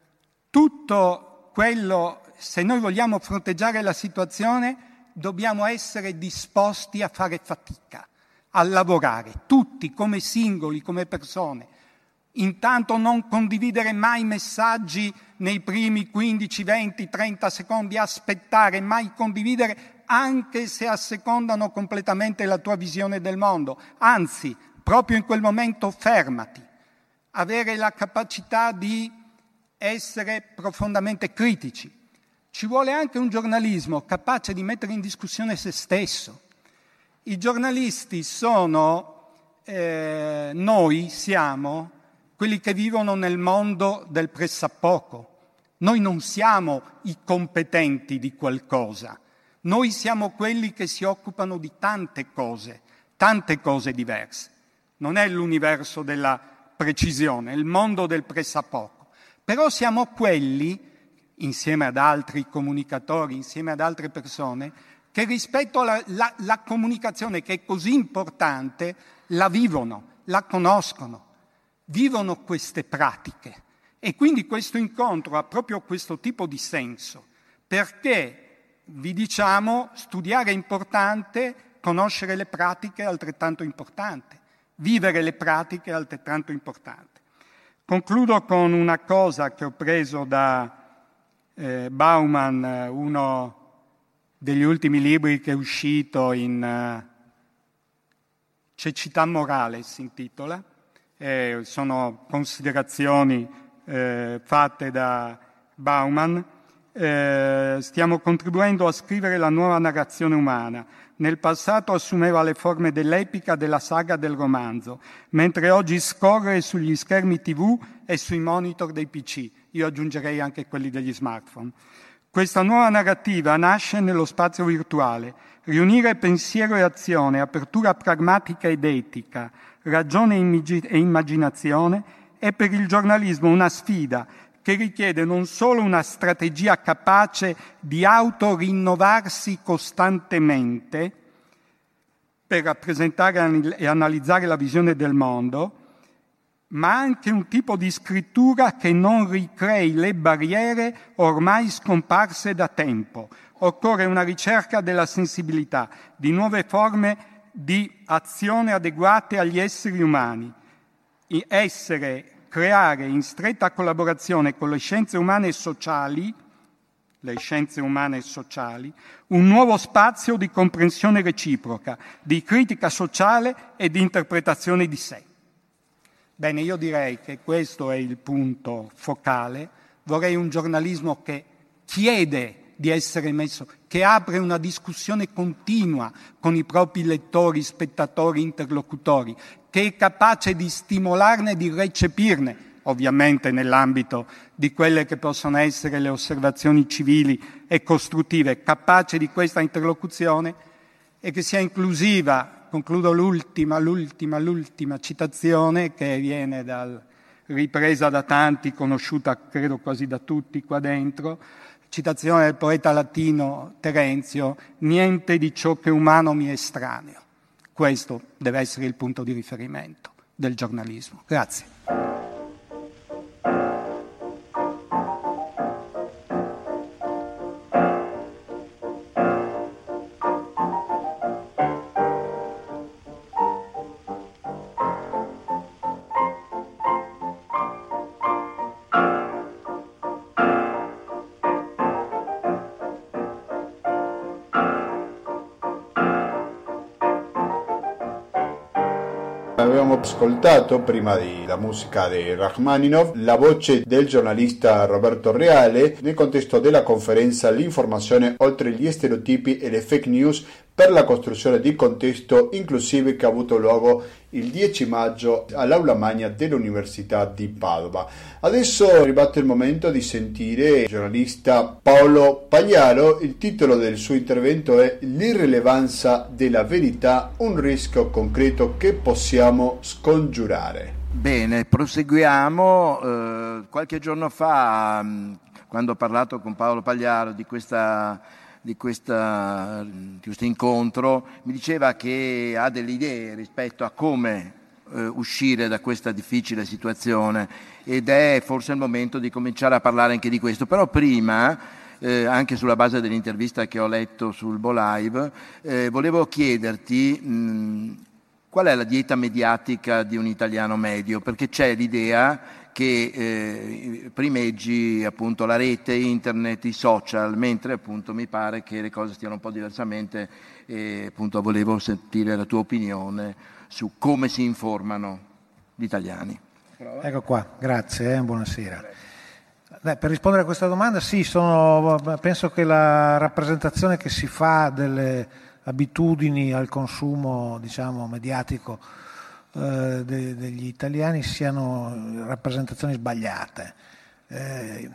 tutto quello, se noi vogliamo fronteggiare la situazione, dobbiamo essere disposti a fare fatica, a lavorare, tutti come singoli, come persone. Intanto non condividere mai messaggi nei primi quindici, venti, trenta secondi, aspettare, mai condividere anche se assecondano completamente la tua visione del mondo. Anzi, proprio in quel momento fermati. Avere la capacità di essere profondamente critici. Ci vuole anche un giornalismo capace di mettere in discussione se stesso. I giornalisti sono, eh, noi siamo quelli che vivono nel mondo del pressappoco. Noi non siamo i competenti di qualcosa. Noi siamo quelli che si occupano di tante cose, tante cose diverse. Non è l'universo della precisione, è il mondo del pressappoco. Però siamo quelli, insieme ad altri comunicatori, insieme ad altre persone, che rispetto alla la, la comunicazione, che è così importante, la vivono, la conoscono, vivono queste pratiche. E quindi questo incontro ha proprio questo tipo di senso, perché vi diciamo, studiare è importante, conoscere le pratiche è altrettanto importante, vivere le pratiche è altrettanto importante. Concludo con una cosa che ho preso da eh, Bauman, uno degli ultimi libri che è uscito in uh, Cecità morale, si intitola, eh, sono considerazioni eh, fatte da Bauman. Eh, stiamo contribuendo a scrivere la nuova narrazione umana. Nel passato assumeva le forme dell'epica, della saga, del romanzo, mentre oggi scorre sugli schermi tivù e sui monitor dei P C. Io aggiungerei anche quelli degli smartphone. Questa nuova narrativa nasce nello spazio virtuale. Riunire pensiero e azione, apertura pragmatica ed etica, ragione e immaginazione è per il giornalismo una sfida che richiede non solo una strategia capace di autorinnovarsi costantemente per rappresentare e analizzare la visione del mondo, ma anche un tipo di scrittura che non ricrei le barriere ormai scomparse da tempo. Occorre una ricerca della sensibilità, di nuove forme di azione adeguate agli esseri umani. Essere, creare in stretta collaborazione con le scienze umane e sociali, le scienze umane e sociali, un nuovo spazio di comprensione reciproca, di critica sociale e di interpretazione di sé. Bene, io direi che questo è il punto focale. Vorrei un giornalismo che chiede di essere messo, che apre una discussione continua con i propri lettori, spettatori, interlocutori, che è capace di stimolarne e di recepirne, ovviamente nell'ambito di quelle che possono essere le osservazioni civili e costruttive, capace di questa interlocuzione e che sia inclusiva. Concludo l'ultima, l'ultima, l'ultima citazione che viene dal, ripresa da tanti, conosciuta credo quasi da tutti qua dentro, citazione del poeta latino Terenzio: niente di ciò che è umano mi è estraneo. Questo deve essere il punto di riferimento del giornalismo. Grazie.
Abbiamo ascoltato, prima della musica di Rachmaninov, la voce del giornalista Roberto Reale nel contesto della conferenza L'informazione oltre gli stereotipi e le fake news per la costruzione di contesto inclusivo che ha avuto luogo il dieci maggio all'Aula Magna dell'Università di Padova. Adesso è arrivato il momento di sentire il giornalista Paolo Pagliaro. Il titolo del suo intervento è L'irrilevanza della verità, un rischio concreto che possiamo scongiurare.
Bene, proseguiamo. Eh, qualche giorno fa, quando ho parlato con Paolo Pagliaro di questa Di, questa, di questo incontro, mi diceva che ha delle idee rispetto a come eh, uscire da questa difficile situazione, ed è forse il momento di cominciare a parlare anche di questo. Però prima, eh, anche sulla base dell'intervista che ho letto sul Bolive, eh, volevo chiederti mh, qual è la dieta mediatica di un italiano medio, perché c'è l'idea che eh, primeggi appunto la rete, internet, i social, mentre appunto mi pare che le cose stiano un po' diversamente, e appunto volevo sentire la tua opinione su come si informano gli italiani.
Ecco qua, grazie, eh, buonasera. Beh, per rispondere a questa domanda, sì, sono, penso che la rappresentazione che si fa delle abitudini al consumo, diciamo, mediatico eh, de, degli italiani siano rappresentazioni sbagliate. Eh,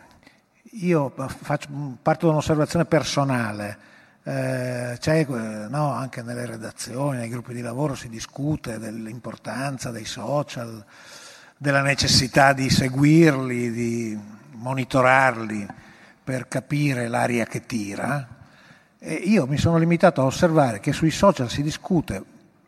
io faccio, parto da un'osservazione personale. Eh, c'è, no, anche nelle redazioni, nei gruppi di lavoro si discute dell'importanza dei social, della necessità di seguirli, di monitorarli per capire l'aria che tira. E io mi sono limitato a osservare che sui social si discute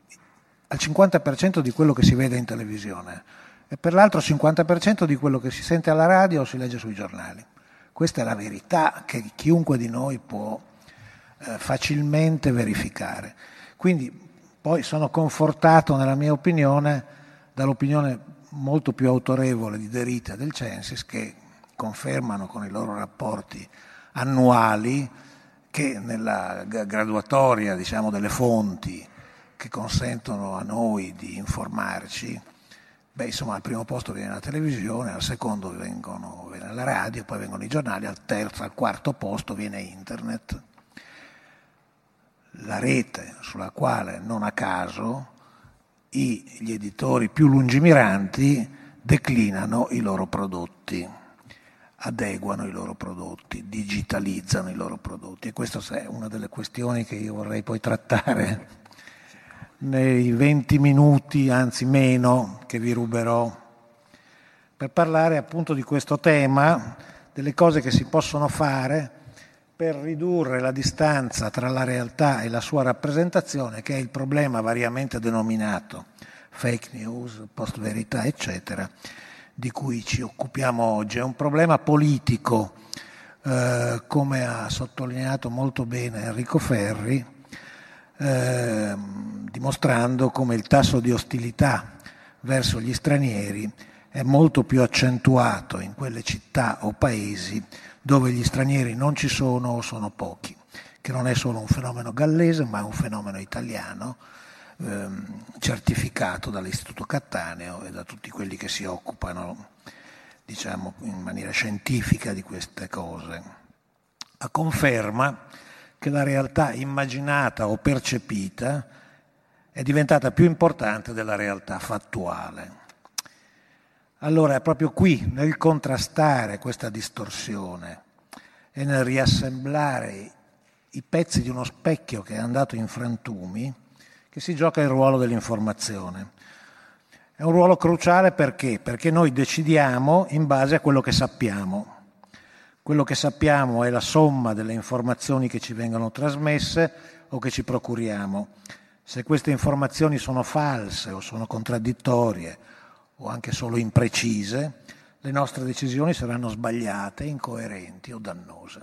al cinquanta per cento di quello che si vede in televisione e per l'altro cinquanta per cento di quello che si sente alla radio o si legge sui giornali. Questa è la verità che chiunque di noi può eh, facilmente verificare. Quindi poi sono confortato nella mia opinione dall'opinione molto più autorevole di De Rita e del Censis, che confermano con i loro rapporti annuali che nella graduatoria, diciamo, delle fonti che consentono a noi di informarci, beh, insomma, al primo posto viene la televisione, al secondo vengono, viene la radio, poi vengono i giornali, al terzo, al quarto posto viene internet. La rete sulla quale, non a caso, i, gli editori più lungimiranti declinano i loro prodotti. adeguano i loro prodotti, digitalizzano i loro prodotti. E questa è una delle questioni che io vorrei poi trattare nei venti minuti, anzi meno, che vi ruberò, per parlare appunto di questo tema, delle cose che si possono fare per ridurre la distanza tra la realtà e la sua rappresentazione, che è il problema variamente denominato fake news, post-verità, eccetera, di cui ci occupiamo oggi. È un problema politico, eh, come ha sottolineato molto bene Enrico Ferri, eh, dimostrando come il tasso di ostilità verso gli stranieri è molto più accentuato in quelle città o paesi dove gli stranieri non ci sono o sono pochi, che non è solo un fenomeno gallese, ma è un fenomeno italiano, ehm, certificato dall'Istituto Cattaneo e da tutti quelli che si occupano, diciamo, in maniera scientifica di queste cose, a conferma che la realtà immaginata o percepita è diventata più importante della realtà fattuale. Allora è proprio qui, nel contrastare questa distorsione e nel riassemblare i pezzi di uno specchio che è andato in frantumi, che si gioca il ruolo dell'informazione. È un ruolo cruciale perché? Perché noi decidiamo in base a quello che sappiamo. Quello che sappiamo è la somma delle informazioni che ci vengono trasmesse o che ci procuriamo. Se queste informazioni sono false o sono contraddittorie o anche solo imprecise, le nostre decisioni saranno sbagliate, incoerenti o dannose.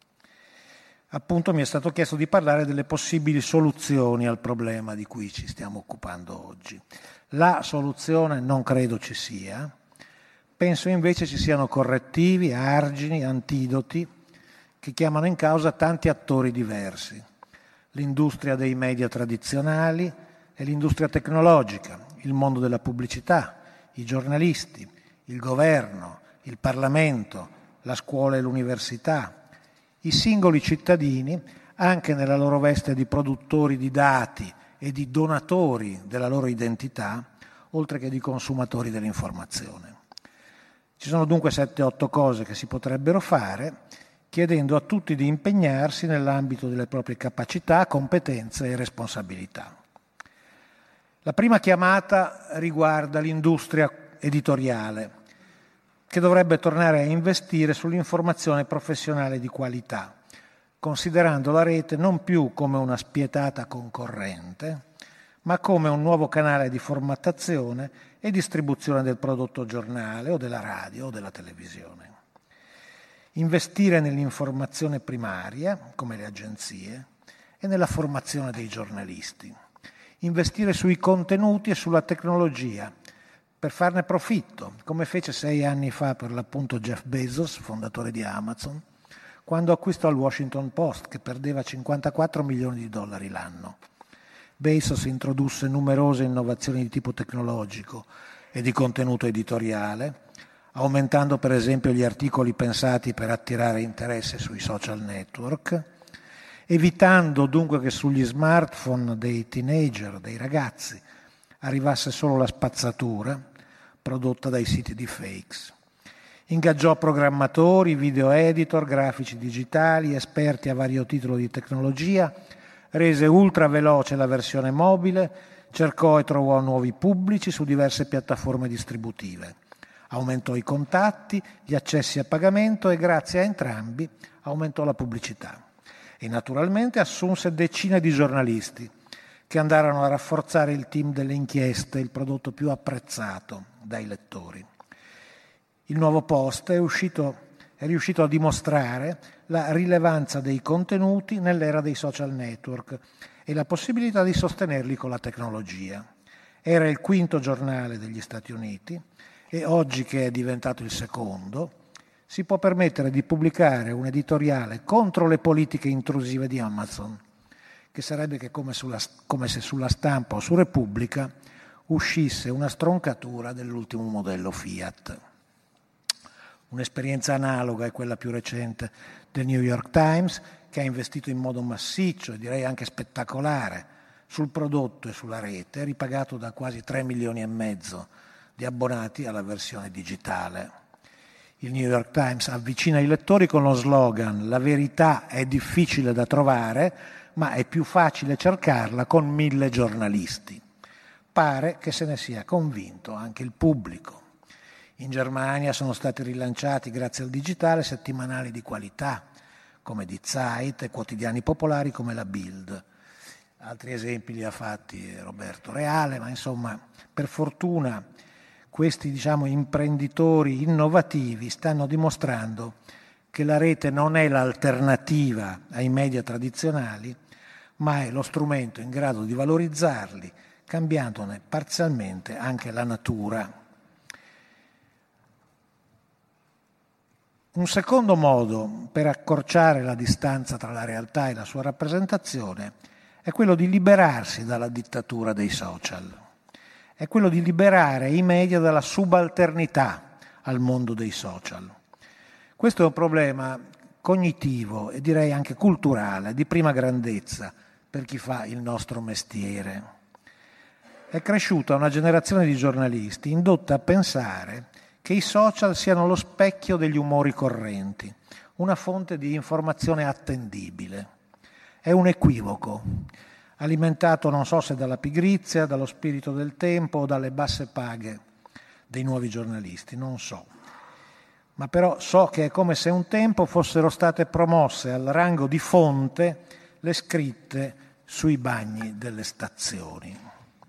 Appunto mi è stato chiesto di parlare delle possibili soluzioni al problema di cui ci stiamo occupando oggi. La soluzione non credo ci sia, penso invece ci siano correttivi, argini, antidoti che chiamano in causa tanti attori diversi. L'industria dei media tradizionali e l'industria tecnologica, il mondo della pubblicità, i giornalisti, il governo, il Parlamento, la scuola e l'università, i singoli cittadini, anche nella loro veste di produttori di dati e di donatori della loro identità, oltre che di consumatori dell'informazione. Ci sono dunque sette otto cose che si potrebbero fare, chiedendo a tutti di impegnarsi nell'ambito delle proprie capacità, competenze e responsabilità. La prima chiamata riguarda l'industria editoriale, che dovrebbe tornare a investire sull'informazione professionale di qualità, considerando la rete non più come una spietata concorrente, ma come un nuovo canale di formattazione e distribuzione del prodotto giornale o della radio o della televisione. Investire nell'informazione primaria, come le agenzie, e nella formazione dei giornalisti. Investire sui contenuti e sulla tecnologia per farne profitto, come fece sei anni fa per l'appunto Jeff Bezos, fondatore di Amazon, quando acquistò il Washington Post, che perdeva cinquantaquattro milioni di dollari l'anno. Bezos introdusse numerose innovazioni di tipo tecnologico e di contenuto editoriale, aumentando per esempio gli articoli pensati per attirare interesse sui social network, evitando dunque che sugli smartphone dei teenager, dei ragazzi, arrivasse solo la spazzatura prodotta dai siti di fakes. Ingaggiò programmatori, video editor, grafici digitali, esperti a vario titolo di tecnologia, rese ultra veloce la versione mobile, cercò e trovò nuovi pubblici su diverse piattaforme distributive. Aumentò i contatti, gli accessi a pagamento e grazie a entrambi aumentò la pubblicità. E naturalmente assunse decine di giornalisti che andarono a rafforzare il team delle inchieste, il prodotto più apprezzato dai lettori. Il nuovo Post è, uscito, è riuscito a dimostrare la rilevanza dei contenuti nell'era dei social network e la possibilità di sostenerli con la tecnologia. Era il quinto giornale degli Stati Uniti e oggi che è diventato il secondo, si può permettere di pubblicare un editoriale contro le politiche intrusive di Amazon, che sarebbe che come, sulla, come se sulla Stampa o su Repubblica uscisse una stroncatura dell'ultimo modello Fiat. Un'esperienza analoga è quella più recente del New York Times, che ha investito in modo massiccio e direi anche spettacolare sul prodotto e sulla rete, ripagato da quasi tre milioni e mezzo di abbonati alla versione digitale. Il New York Times avvicina i lettori con lo slogan «La verità è difficile da trovare, ma è più facile cercarla con mille giornalisti». Pare che se ne sia convinto anche il pubblico. In Germania sono stati rilanciati, grazie al digitale, settimanali di qualità, come Die Zeit, e quotidiani popolari come la Bild. Altri esempi li ha fatti Roberto Reale, ma insomma, per fortuna, questi diciamo, imprenditori innovativi stanno dimostrando che la rete non è l'alternativa ai media tradizionali, ma è lo strumento in grado di valorizzarli, cambiandone parzialmente anche la natura. Un secondo modo per accorciare la distanza tra la realtà e la sua rappresentazione è quello di liberarsi dalla dittatura dei social, è quello di liberare i media dalla subalternità al mondo dei social. Questo è un problema cognitivo e direi anche culturale, di prima grandezza per chi fa il nostro mestiere. È cresciuta una generazione di giornalisti indotta a pensare che i social siano lo specchio degli umori correnti, una fonte di informazione attendibile. È un equivoco, alimentato non so se dalla pigrizia, dallo spirito del tempo o dalle basse paghe dei nuovi giornalisti, non so. Ma però so che è come se un tempo fossero state promosse al rango di fonte le scritte sui bagni delle stazioni.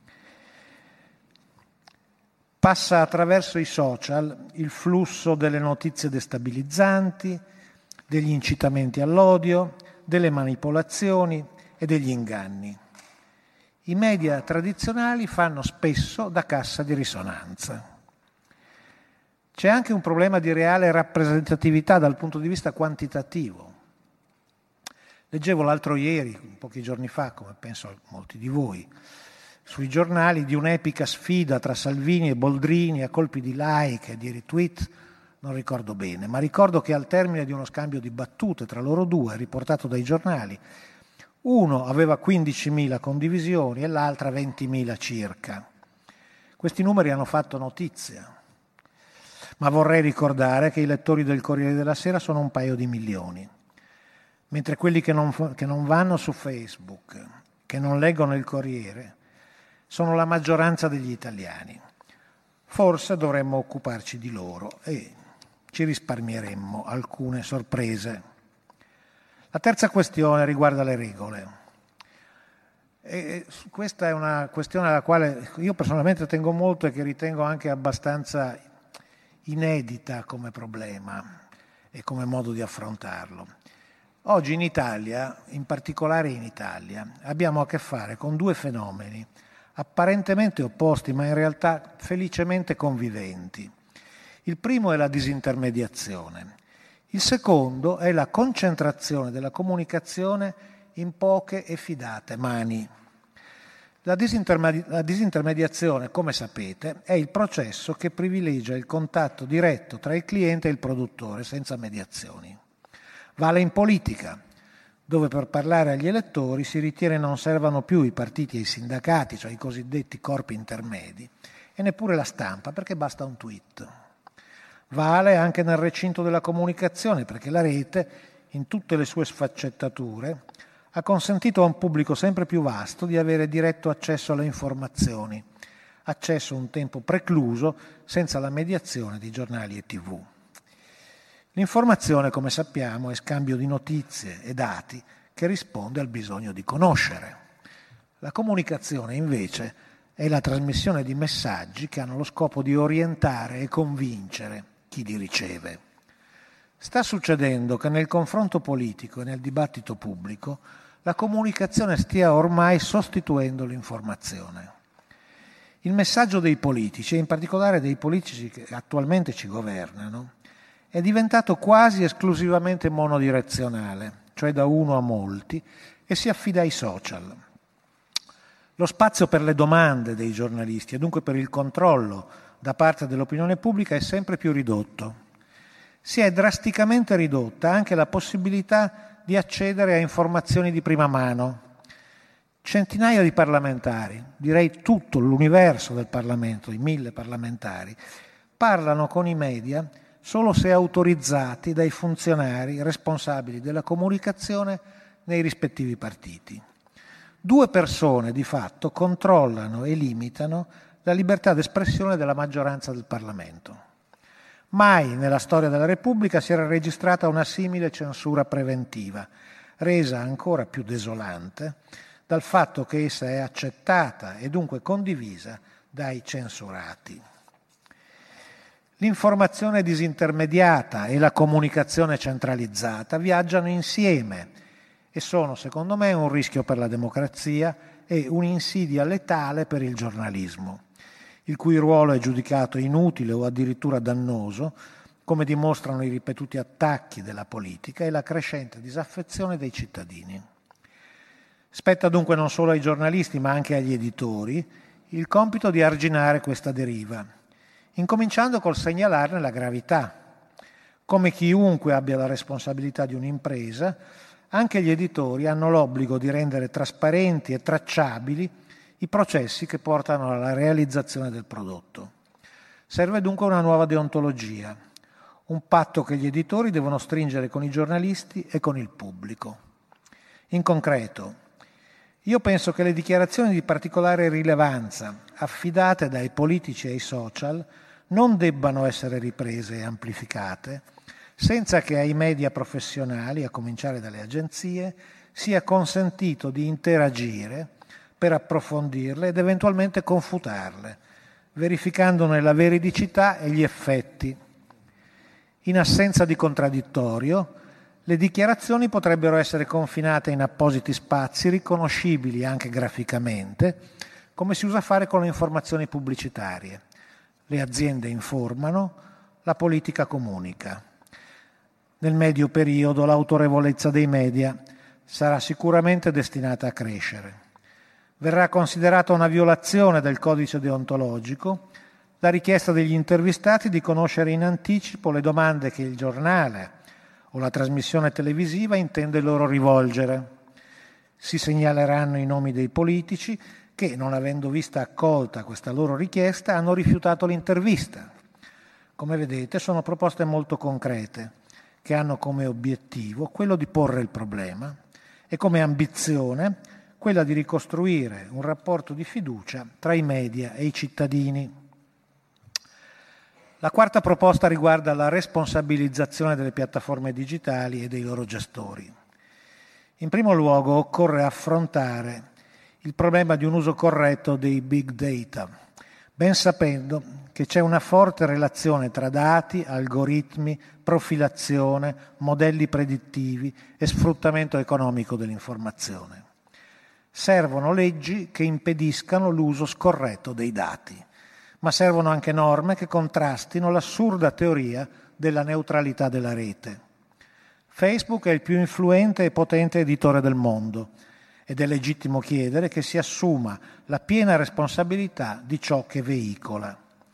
Passa attraverso i social il flusso delle notizie destabilizzanti, degli incitamenti all'odio, delle manipolazioni e degli inganni. I media tradizionali fanno spesso da cassa di risonanza. C'è anche un problema di reale rappresentatività dal punto di vista quantitativo. Leggevo l'altro ieri, pochi giorni fa, come penso molti di voi, sui giornali di un'epica sfida tra Salvini e Boldrini a colpi di like e di retweet, non ricordo bene, ma ricordo che al termine di uno scambio di battute tra loro due, riportato dai giornali, uno aveva quindicimila condivisioni e l'altra ventimila circa. Questi numeri hanno fatto notizia, ma vorrei ricordare che i lettori del Corriere della Sera sono un paio di milioni, mentre quelli che non, che non vanno su Facebook, che non leggono il Corriere, sono la maggioranza degli italiani. Forse dovremmo occuparci di loro e ci risparmieremmo alcune sorprese. La terza questione riguarda le regole. E questa è una questione alla quale io personalmente tengo molto e che ritengo anche abbastanza inedita come problema e come modo di affrontarlo. Oggi in Italia, in particolare in Italia, abbiamo a che fare con due fenomeni apparentemente opposti, ma in realtà felicemente conviventi. Il primo è la disintermediazione. Il secondo è la concentrazione della comunicazione in poche e fidate mani. La, disintermedi- la disintermediazione, come sapete, è il processo che privilegia il contatto diretto tra il cliente e il produttore, senza mediazioni. Vale in politica, dove per parlare agli elettori si ritiene non servano più i partiti e i sindacati, cioè i cosiddetti corpi intermedi, e neppure la stampa, perché basta un tweet. Vale anche nel recinto della comunicazione, perché la rete, in tutte le sue sfaccettature, ha consentito a un pubblico sempre più vasto di avere diretto accesso alle informazioni, accesso un tempo precluso senza la mediazione di giornali e tivù. L'informazione, come sappiamo, è scambio di notizie e dati che risponde al bisogno di conoscere. La comunicazione, invece, è la trasmissione di messaggi che hanno lo scopo di orientare e convincere chi li riceve. Sta succedendo che nel confronto politico e nel dibattito pubblico la comunicazione stia ormai sostituendo l'informazione. Il messaggio dei politici, e in particolare dei politici che attualmente ci governano, è diventato quasi esclusivamente monodirezionale, cioè da uno a molti, e si affida ai social. Lo spazio per le domande dei giornalisti e dunque per il controllo da parte dell'opinione pubblica è sempre più ridotto. Si è drasticamente ridotta anche la possibilità di accedere a informazioni di prima mano. Centinaia di parlamentari, direi tutto l'universo del Parlamento, i mille parlamentari, parlano con i media solo se autorizzati dai funzionari responsabili della comunicazione nei rispettivi partiti. Due persone di fatto controllano e limitano la libertà d'espressione della maggioranza del Parlamento. Mai nella storia della Repubblica si era registrata una simile censura preventiva, resa ancora più desolante dal fatto che essa è accettata e dunque condivisa dai censurati. L'informazione disintermediata e la comunicazione centralizzata viaggiano insieme e sono, secondo me, un rischio per la democrazia e un'insidia letale per il giornalismo, il cui ruolo è giudicato inutile o addirittura dannoso, come dimostrano i ripetuti attacchi della politica e la crescente disaffezione dei cittadini. Spetta dunque non solo ai giornalisti ma anche agli editori il compito di arginare questa deriva, incominciando col segnalarne la gravità. Come chiunque abbia la responsabilità di un'impresa, anche gli editori hanno l'obbligo di rendere trasparenti e tracciabili i processi che portano alla realizzazione del prodotto. Serve dunque una nuova deontologia, un patto che gli editori devono stringere con i giornalisti e con il pubblico. In concreto, io penso che le dichiarazioni di particolare rilevanza affidate dai politici ai social non debbano essere riprese e amplificate senza che ai media professionali, a cominciare dalle agenzie, sia consentito di interagire per approfondirle ed eventualmente confutarle, verificandone la veridicità e gli effetti. In assenza di contraddittorio, le dichiarazioni potrebbero essere confinate in appositi spazi riconoscibili anche graficamente, come si usa fare con le informazioni pubblicitarie. Le aziende informano, la politica comunica. Nel medio periodo l'autorevolezza dei media sarà sicuramente destinata a crescere. Verrà considerata una violazione del codice deontologico la richiesta degli intervistati di conoscere in anticipo le domande che il giornale o la trasmissione televisiva intende loro rivolgere. Si segnaleranno i nomi dei politici che, non avendo vista accolta questa loro richiesta, hanno rifiutato l'intervista. Come vedete, sono proposte molto concrete, che hanno come obiettivo quello di porre il problema e come ambizione quella di ricostruire un rapporto di fiducia tra i media e i cittadini. La quarta proposta riguarda la responsabilizzazione delle piattaforme digitali e dei loro gestori. In primo luogo occorre affrontare il problema di un uso corretto dei big data, ben sapendo che c'è una forte relazione tra dati, algoritmi, profilazione, modelli predittivi e sfruttamento economico dell'informazione. Servono leggi che impediscano l'uso scorretto dei dati, ma servono anche norme che contrastino l'assurda teoria della neutralità della rete. Facebook è il più influente e potente editore del mondo ed è legittimo chiedere che si assuma la piena responsabilità di ciò che veicola.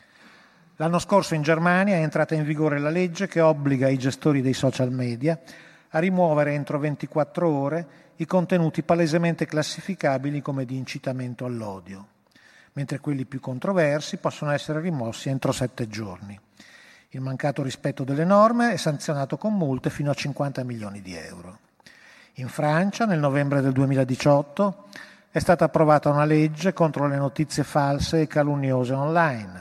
L'anno scorso in Germania è entrata in vigore la legge che obbliga i gestori dei social media a rimuovere entro ventiquattro ore i contenuti palesemente classificabili come di incitamento all'odio, mentre quelli più controversi possono essere rimossi entro sette giorni. Il mancato rispetto delle norme è sanzionato con multe fino a cinquanta milioni di euro. In Francia, nel novembre del duemiladiciotto, è stata approvata una legge contro le notizie false e calunniose online.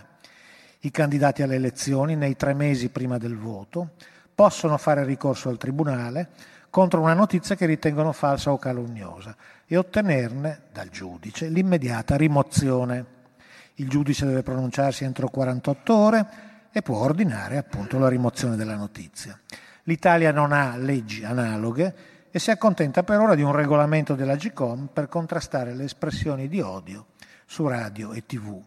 I candidati alle elezioni, nei tre mesi prima del voto, possono fare ricorso al tribunale contro una notizia che ritengono falsa o calunniosa e ottenerne dal giudice l'immediata rimozione. Il giudice deve pronunciarsi entro quarantotto ore e può ordinare appunto la rimozione della notizia. L'Italia non ha leggi analoghe e si accontenta per ora di un regolamento dell'Agcom per contrastare le espressioni di odio su radio e tivù.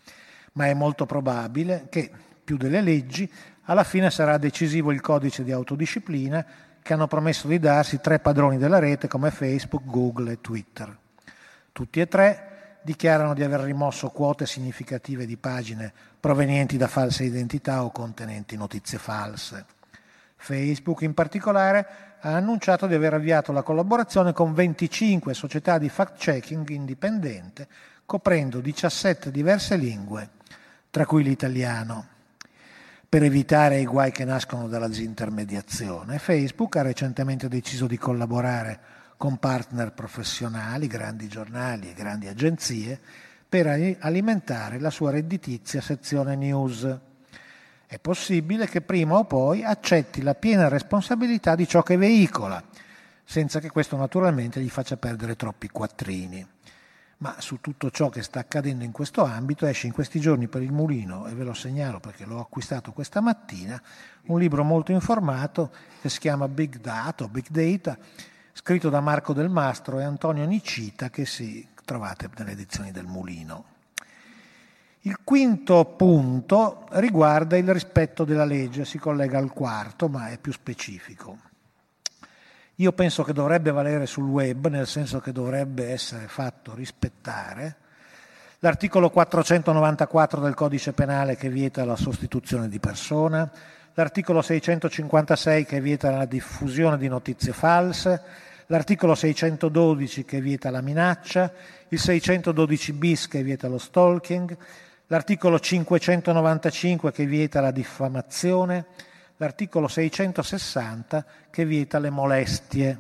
Ma è molto probabile che, più delle leggi, alla fine sarà decisivo il codice di autodisciplina che hanno promesso di darsi tre padroni della rete come Facebook, Google e Twitter. Tutti e tre dichiarano di aver rimosso quote significative di pagine provenienti da false identità o contenenti notizie false. Facebook in particolare ha annunciato di aver avviato la collaborazione con venticinque società di fact-checking indipendente, coprendo diciassette diverse lingue, tra cui l'italiano. per evitare i guai che nascono dalla disintermediazione. Facebook ha recentemente deciso di collaborare con partner professionali, grandi giornali e grandi agenzie, per alimentare la sua redditizia sezione news. È possibile che prima o poi accetti la piena responsabilità di ciò che veicola, senza che questo naturalmente gli faccia perdere troppi quattrini. Ma su tutto ciò che sta accadendo in questo ambito esce in questi giorni per il Mulino, e ve lo segnalo perché l'ho acquistato questa mattina, un libro molto informato che si chiama Big Data o Big Data, scritto da Marco Del Mastro e Antonio Nicita, che si trovate nelle edizioni del Mulino. Il quinto punto riguarda il rispetto della legge, si collega al quarto, ma è più specifico. Io penso che dovrebbe valere sul web, nel senso che dovrebbe essere fatto rispettare l'articolo quattrocentonovantaquattro del Codice Penale che vieta la sostituzione di persona, l'articolo seicentocinquantasei che vieta la diffusione di notizie false, l'articolo seicentododici che vieta la minaccia, il seicentododici bis che vieta lo stalking, l'articolo cinquecentonovantacinque che vieta la diffamazione, l'articolo seicentosessanta che vieta le molestie.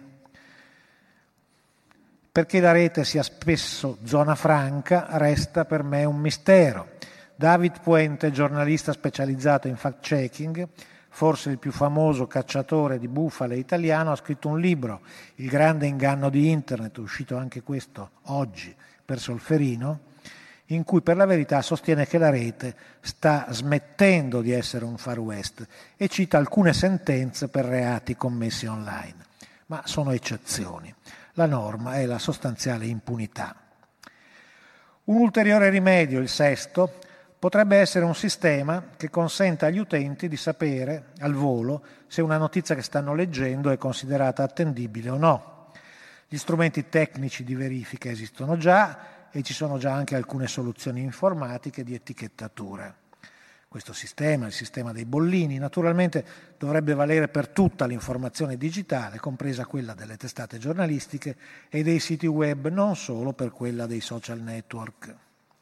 Perché la rete sia spesso zona franca resta per me un mistero. David Puente, giornalista specializzato in fact-checking, forse il più famoso cacciatore di bufale italiano, ha scritto un libro, Il grande inganno di Internet, uscito anche questo oggi per Solferino, in cui per la verità sostiene che la rete sta smettendo di essere un far west e cita alcune sentenze per reati commessi online, ma sono eccezioni. La norma è la sostanziale impunità. Un ulteriore rimedio, il sesto, potrebbe essere un sistema che consenta agli utenti di sapere al volo se una notizia che stanno leggendo è considerata attendibile o no. Gli strumenti tecnici di verifica esistono già e ci sono già anche alcune soluzioni informatiche di etichettatura. Questo sistema, il sistema dei bollini, naturalmente dovrebbe valere per tutta l'informazione digitale, compresa quella delle testate giornalistiche e dei siti web, non solo per quella dei social network.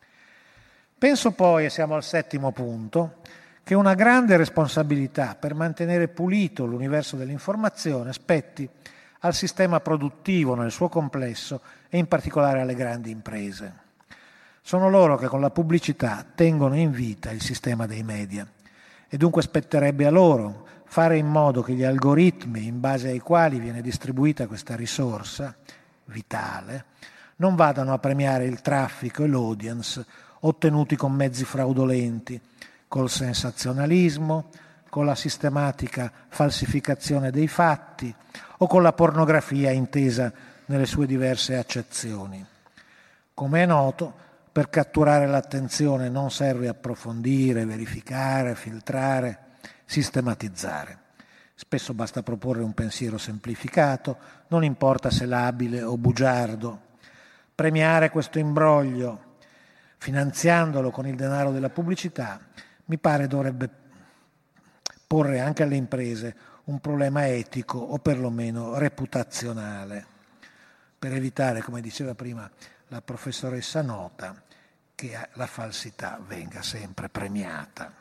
Penso poi, e siamo al settimo punto, che una grande responsabilità per mantenere pulito l'universo dell'informazione spetti al sistema produttivo nel suo complesso e in particolare alle grandi imprese. Sono loro che con la pubblicità tengono in vita il sistema dei media e dunque spetterebbe a loro fare in modo che gli algoritmi in base ai quali viene distribuita questa risorsa vitale non vadano a premiare il traffico e l'audience ottenuti con mezzi fraudolenti, col sensazionalismo, con la sistematica falsificazione dei fatti o con la pornografia intesa nelle sue diverse accezioni. Come è noto, per catturare l'attenzione non serve approfondire, verificare, filtrare, sistematizzare. Spesso basta proporre un pensiero semplificato, non importa se labile o bugiardo. Premiare questo imbroglio, finanziandolo con il denaro della pubblicità, mi pare dovrebbe porre anche alle imprese un problema etico o perlomeno reputazionale, per evitare, come diceva prima la professoressa Nota, che la falsità venga sempre premiata.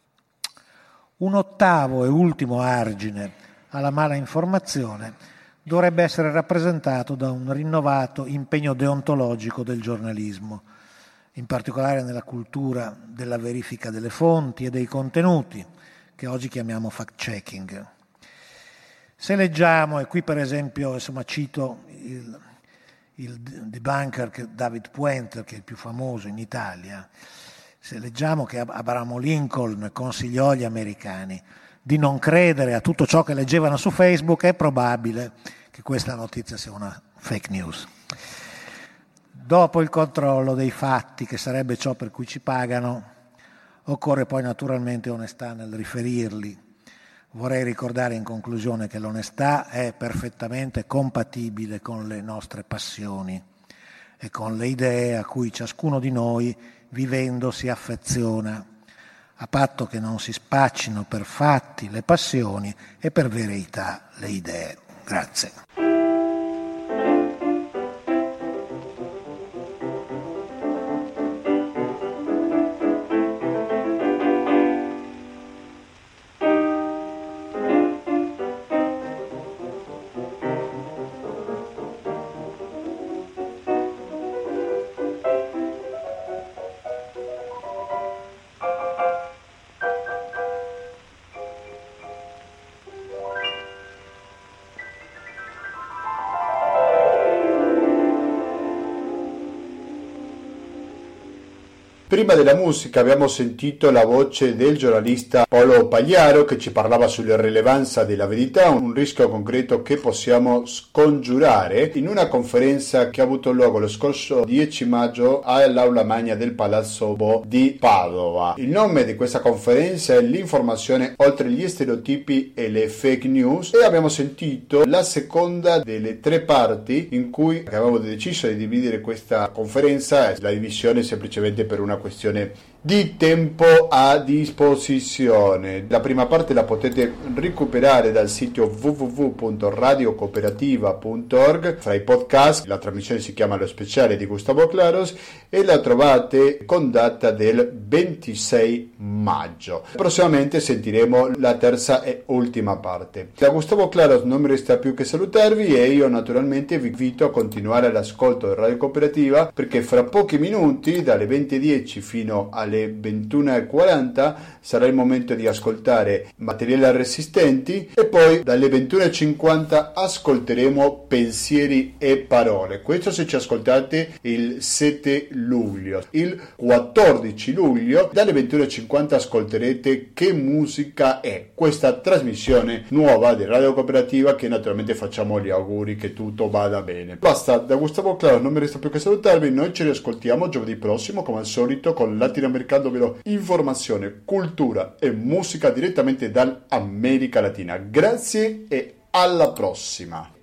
Un ottavo e ultimo argine alla mala informazione dovrebbe essere rappresentato da un rinnovato impegno deontologico del giornalismo, in particolare nella cultura della verifica delle fonti e dei contenuti, che oggi chiamiamo fact-checking. Se leggiamo, e qui per esempio insomma, cito il, il debunker che David Puente, che è il più famoso in Italia, se leggiamo che Abraham Lincoln consigliò agli americani di non credere a tutto ciò che leggevano su Facebook, è probabile che questa notizia sia una fake news. Dopo il controllo dei fatti, che sarebbe ciò per cui ci pagano, occorre poi naturalmente onestà nel riferirli. Vorrei ricordare in conclusione che l'onestà è perfettamente compatibile con le nostre passioni e con le idee a cui ciascuno di noi, vivendo, si affeziona, a patto che non si spaccino per fatti le passioni e per verità le idee. Grazie.
Prima della musica abbiamo sentito la voce del giornalista Paolo Pagliaro che ci parlava sull'irrilevanza della verità, un rischio concreto che possiamo scongiurare in una conferenza che ha avuto luogo lo scorso dieci maggio all'Aula Magna del Palazzo Bo di Padova. Il nome di questa conferenza è l'informazione oltre gli stereotipi e le fake news e abbiamo sentito la seconda delle tre parti in cui avevamo deciso di dividere questa conferenza. La divisione semplicemente per una questione di tempo a disposizione. La prima parte la potete recuperare dal sito w w w punto radio cooperativa punto org fra i podcast. La trasmissione si chiama Lo Speciale di Gustavo Claros e la trovate con data del ventisei maggio. Prossimamente sentiremo la terza e ultima parte. Da Gustavo Claros non mi resta più che salutarvi e io naturalmente vi invito a continuare l'ascolto di Radio Cooperativa perché fra pochi minuti dalle venti e dieci fino alle alle ventuno e quaranta sarà il momento di ascoltare Materiali Resistenti e poi dalle ventuno e cinquanta ascolteremo Pensieri e Parole. Questo se ci ascoltate il sette luglio. Il quattordici luglio dalle ventuno e cinquanta ascolterete Che musica è? Questa trasmissione nuova di Radio Cooperativa che naturalmente facciamo gli auguri che tutto vada bene. Basta, da Gustavo Claro non mi resta più che salutarvi, noi ci riascoltiamo giovedì prossimo come al solito con Latinoamericano, ovvero informazione, cultura e musica direttamente dall'America Latina. Grazie e alla prossima!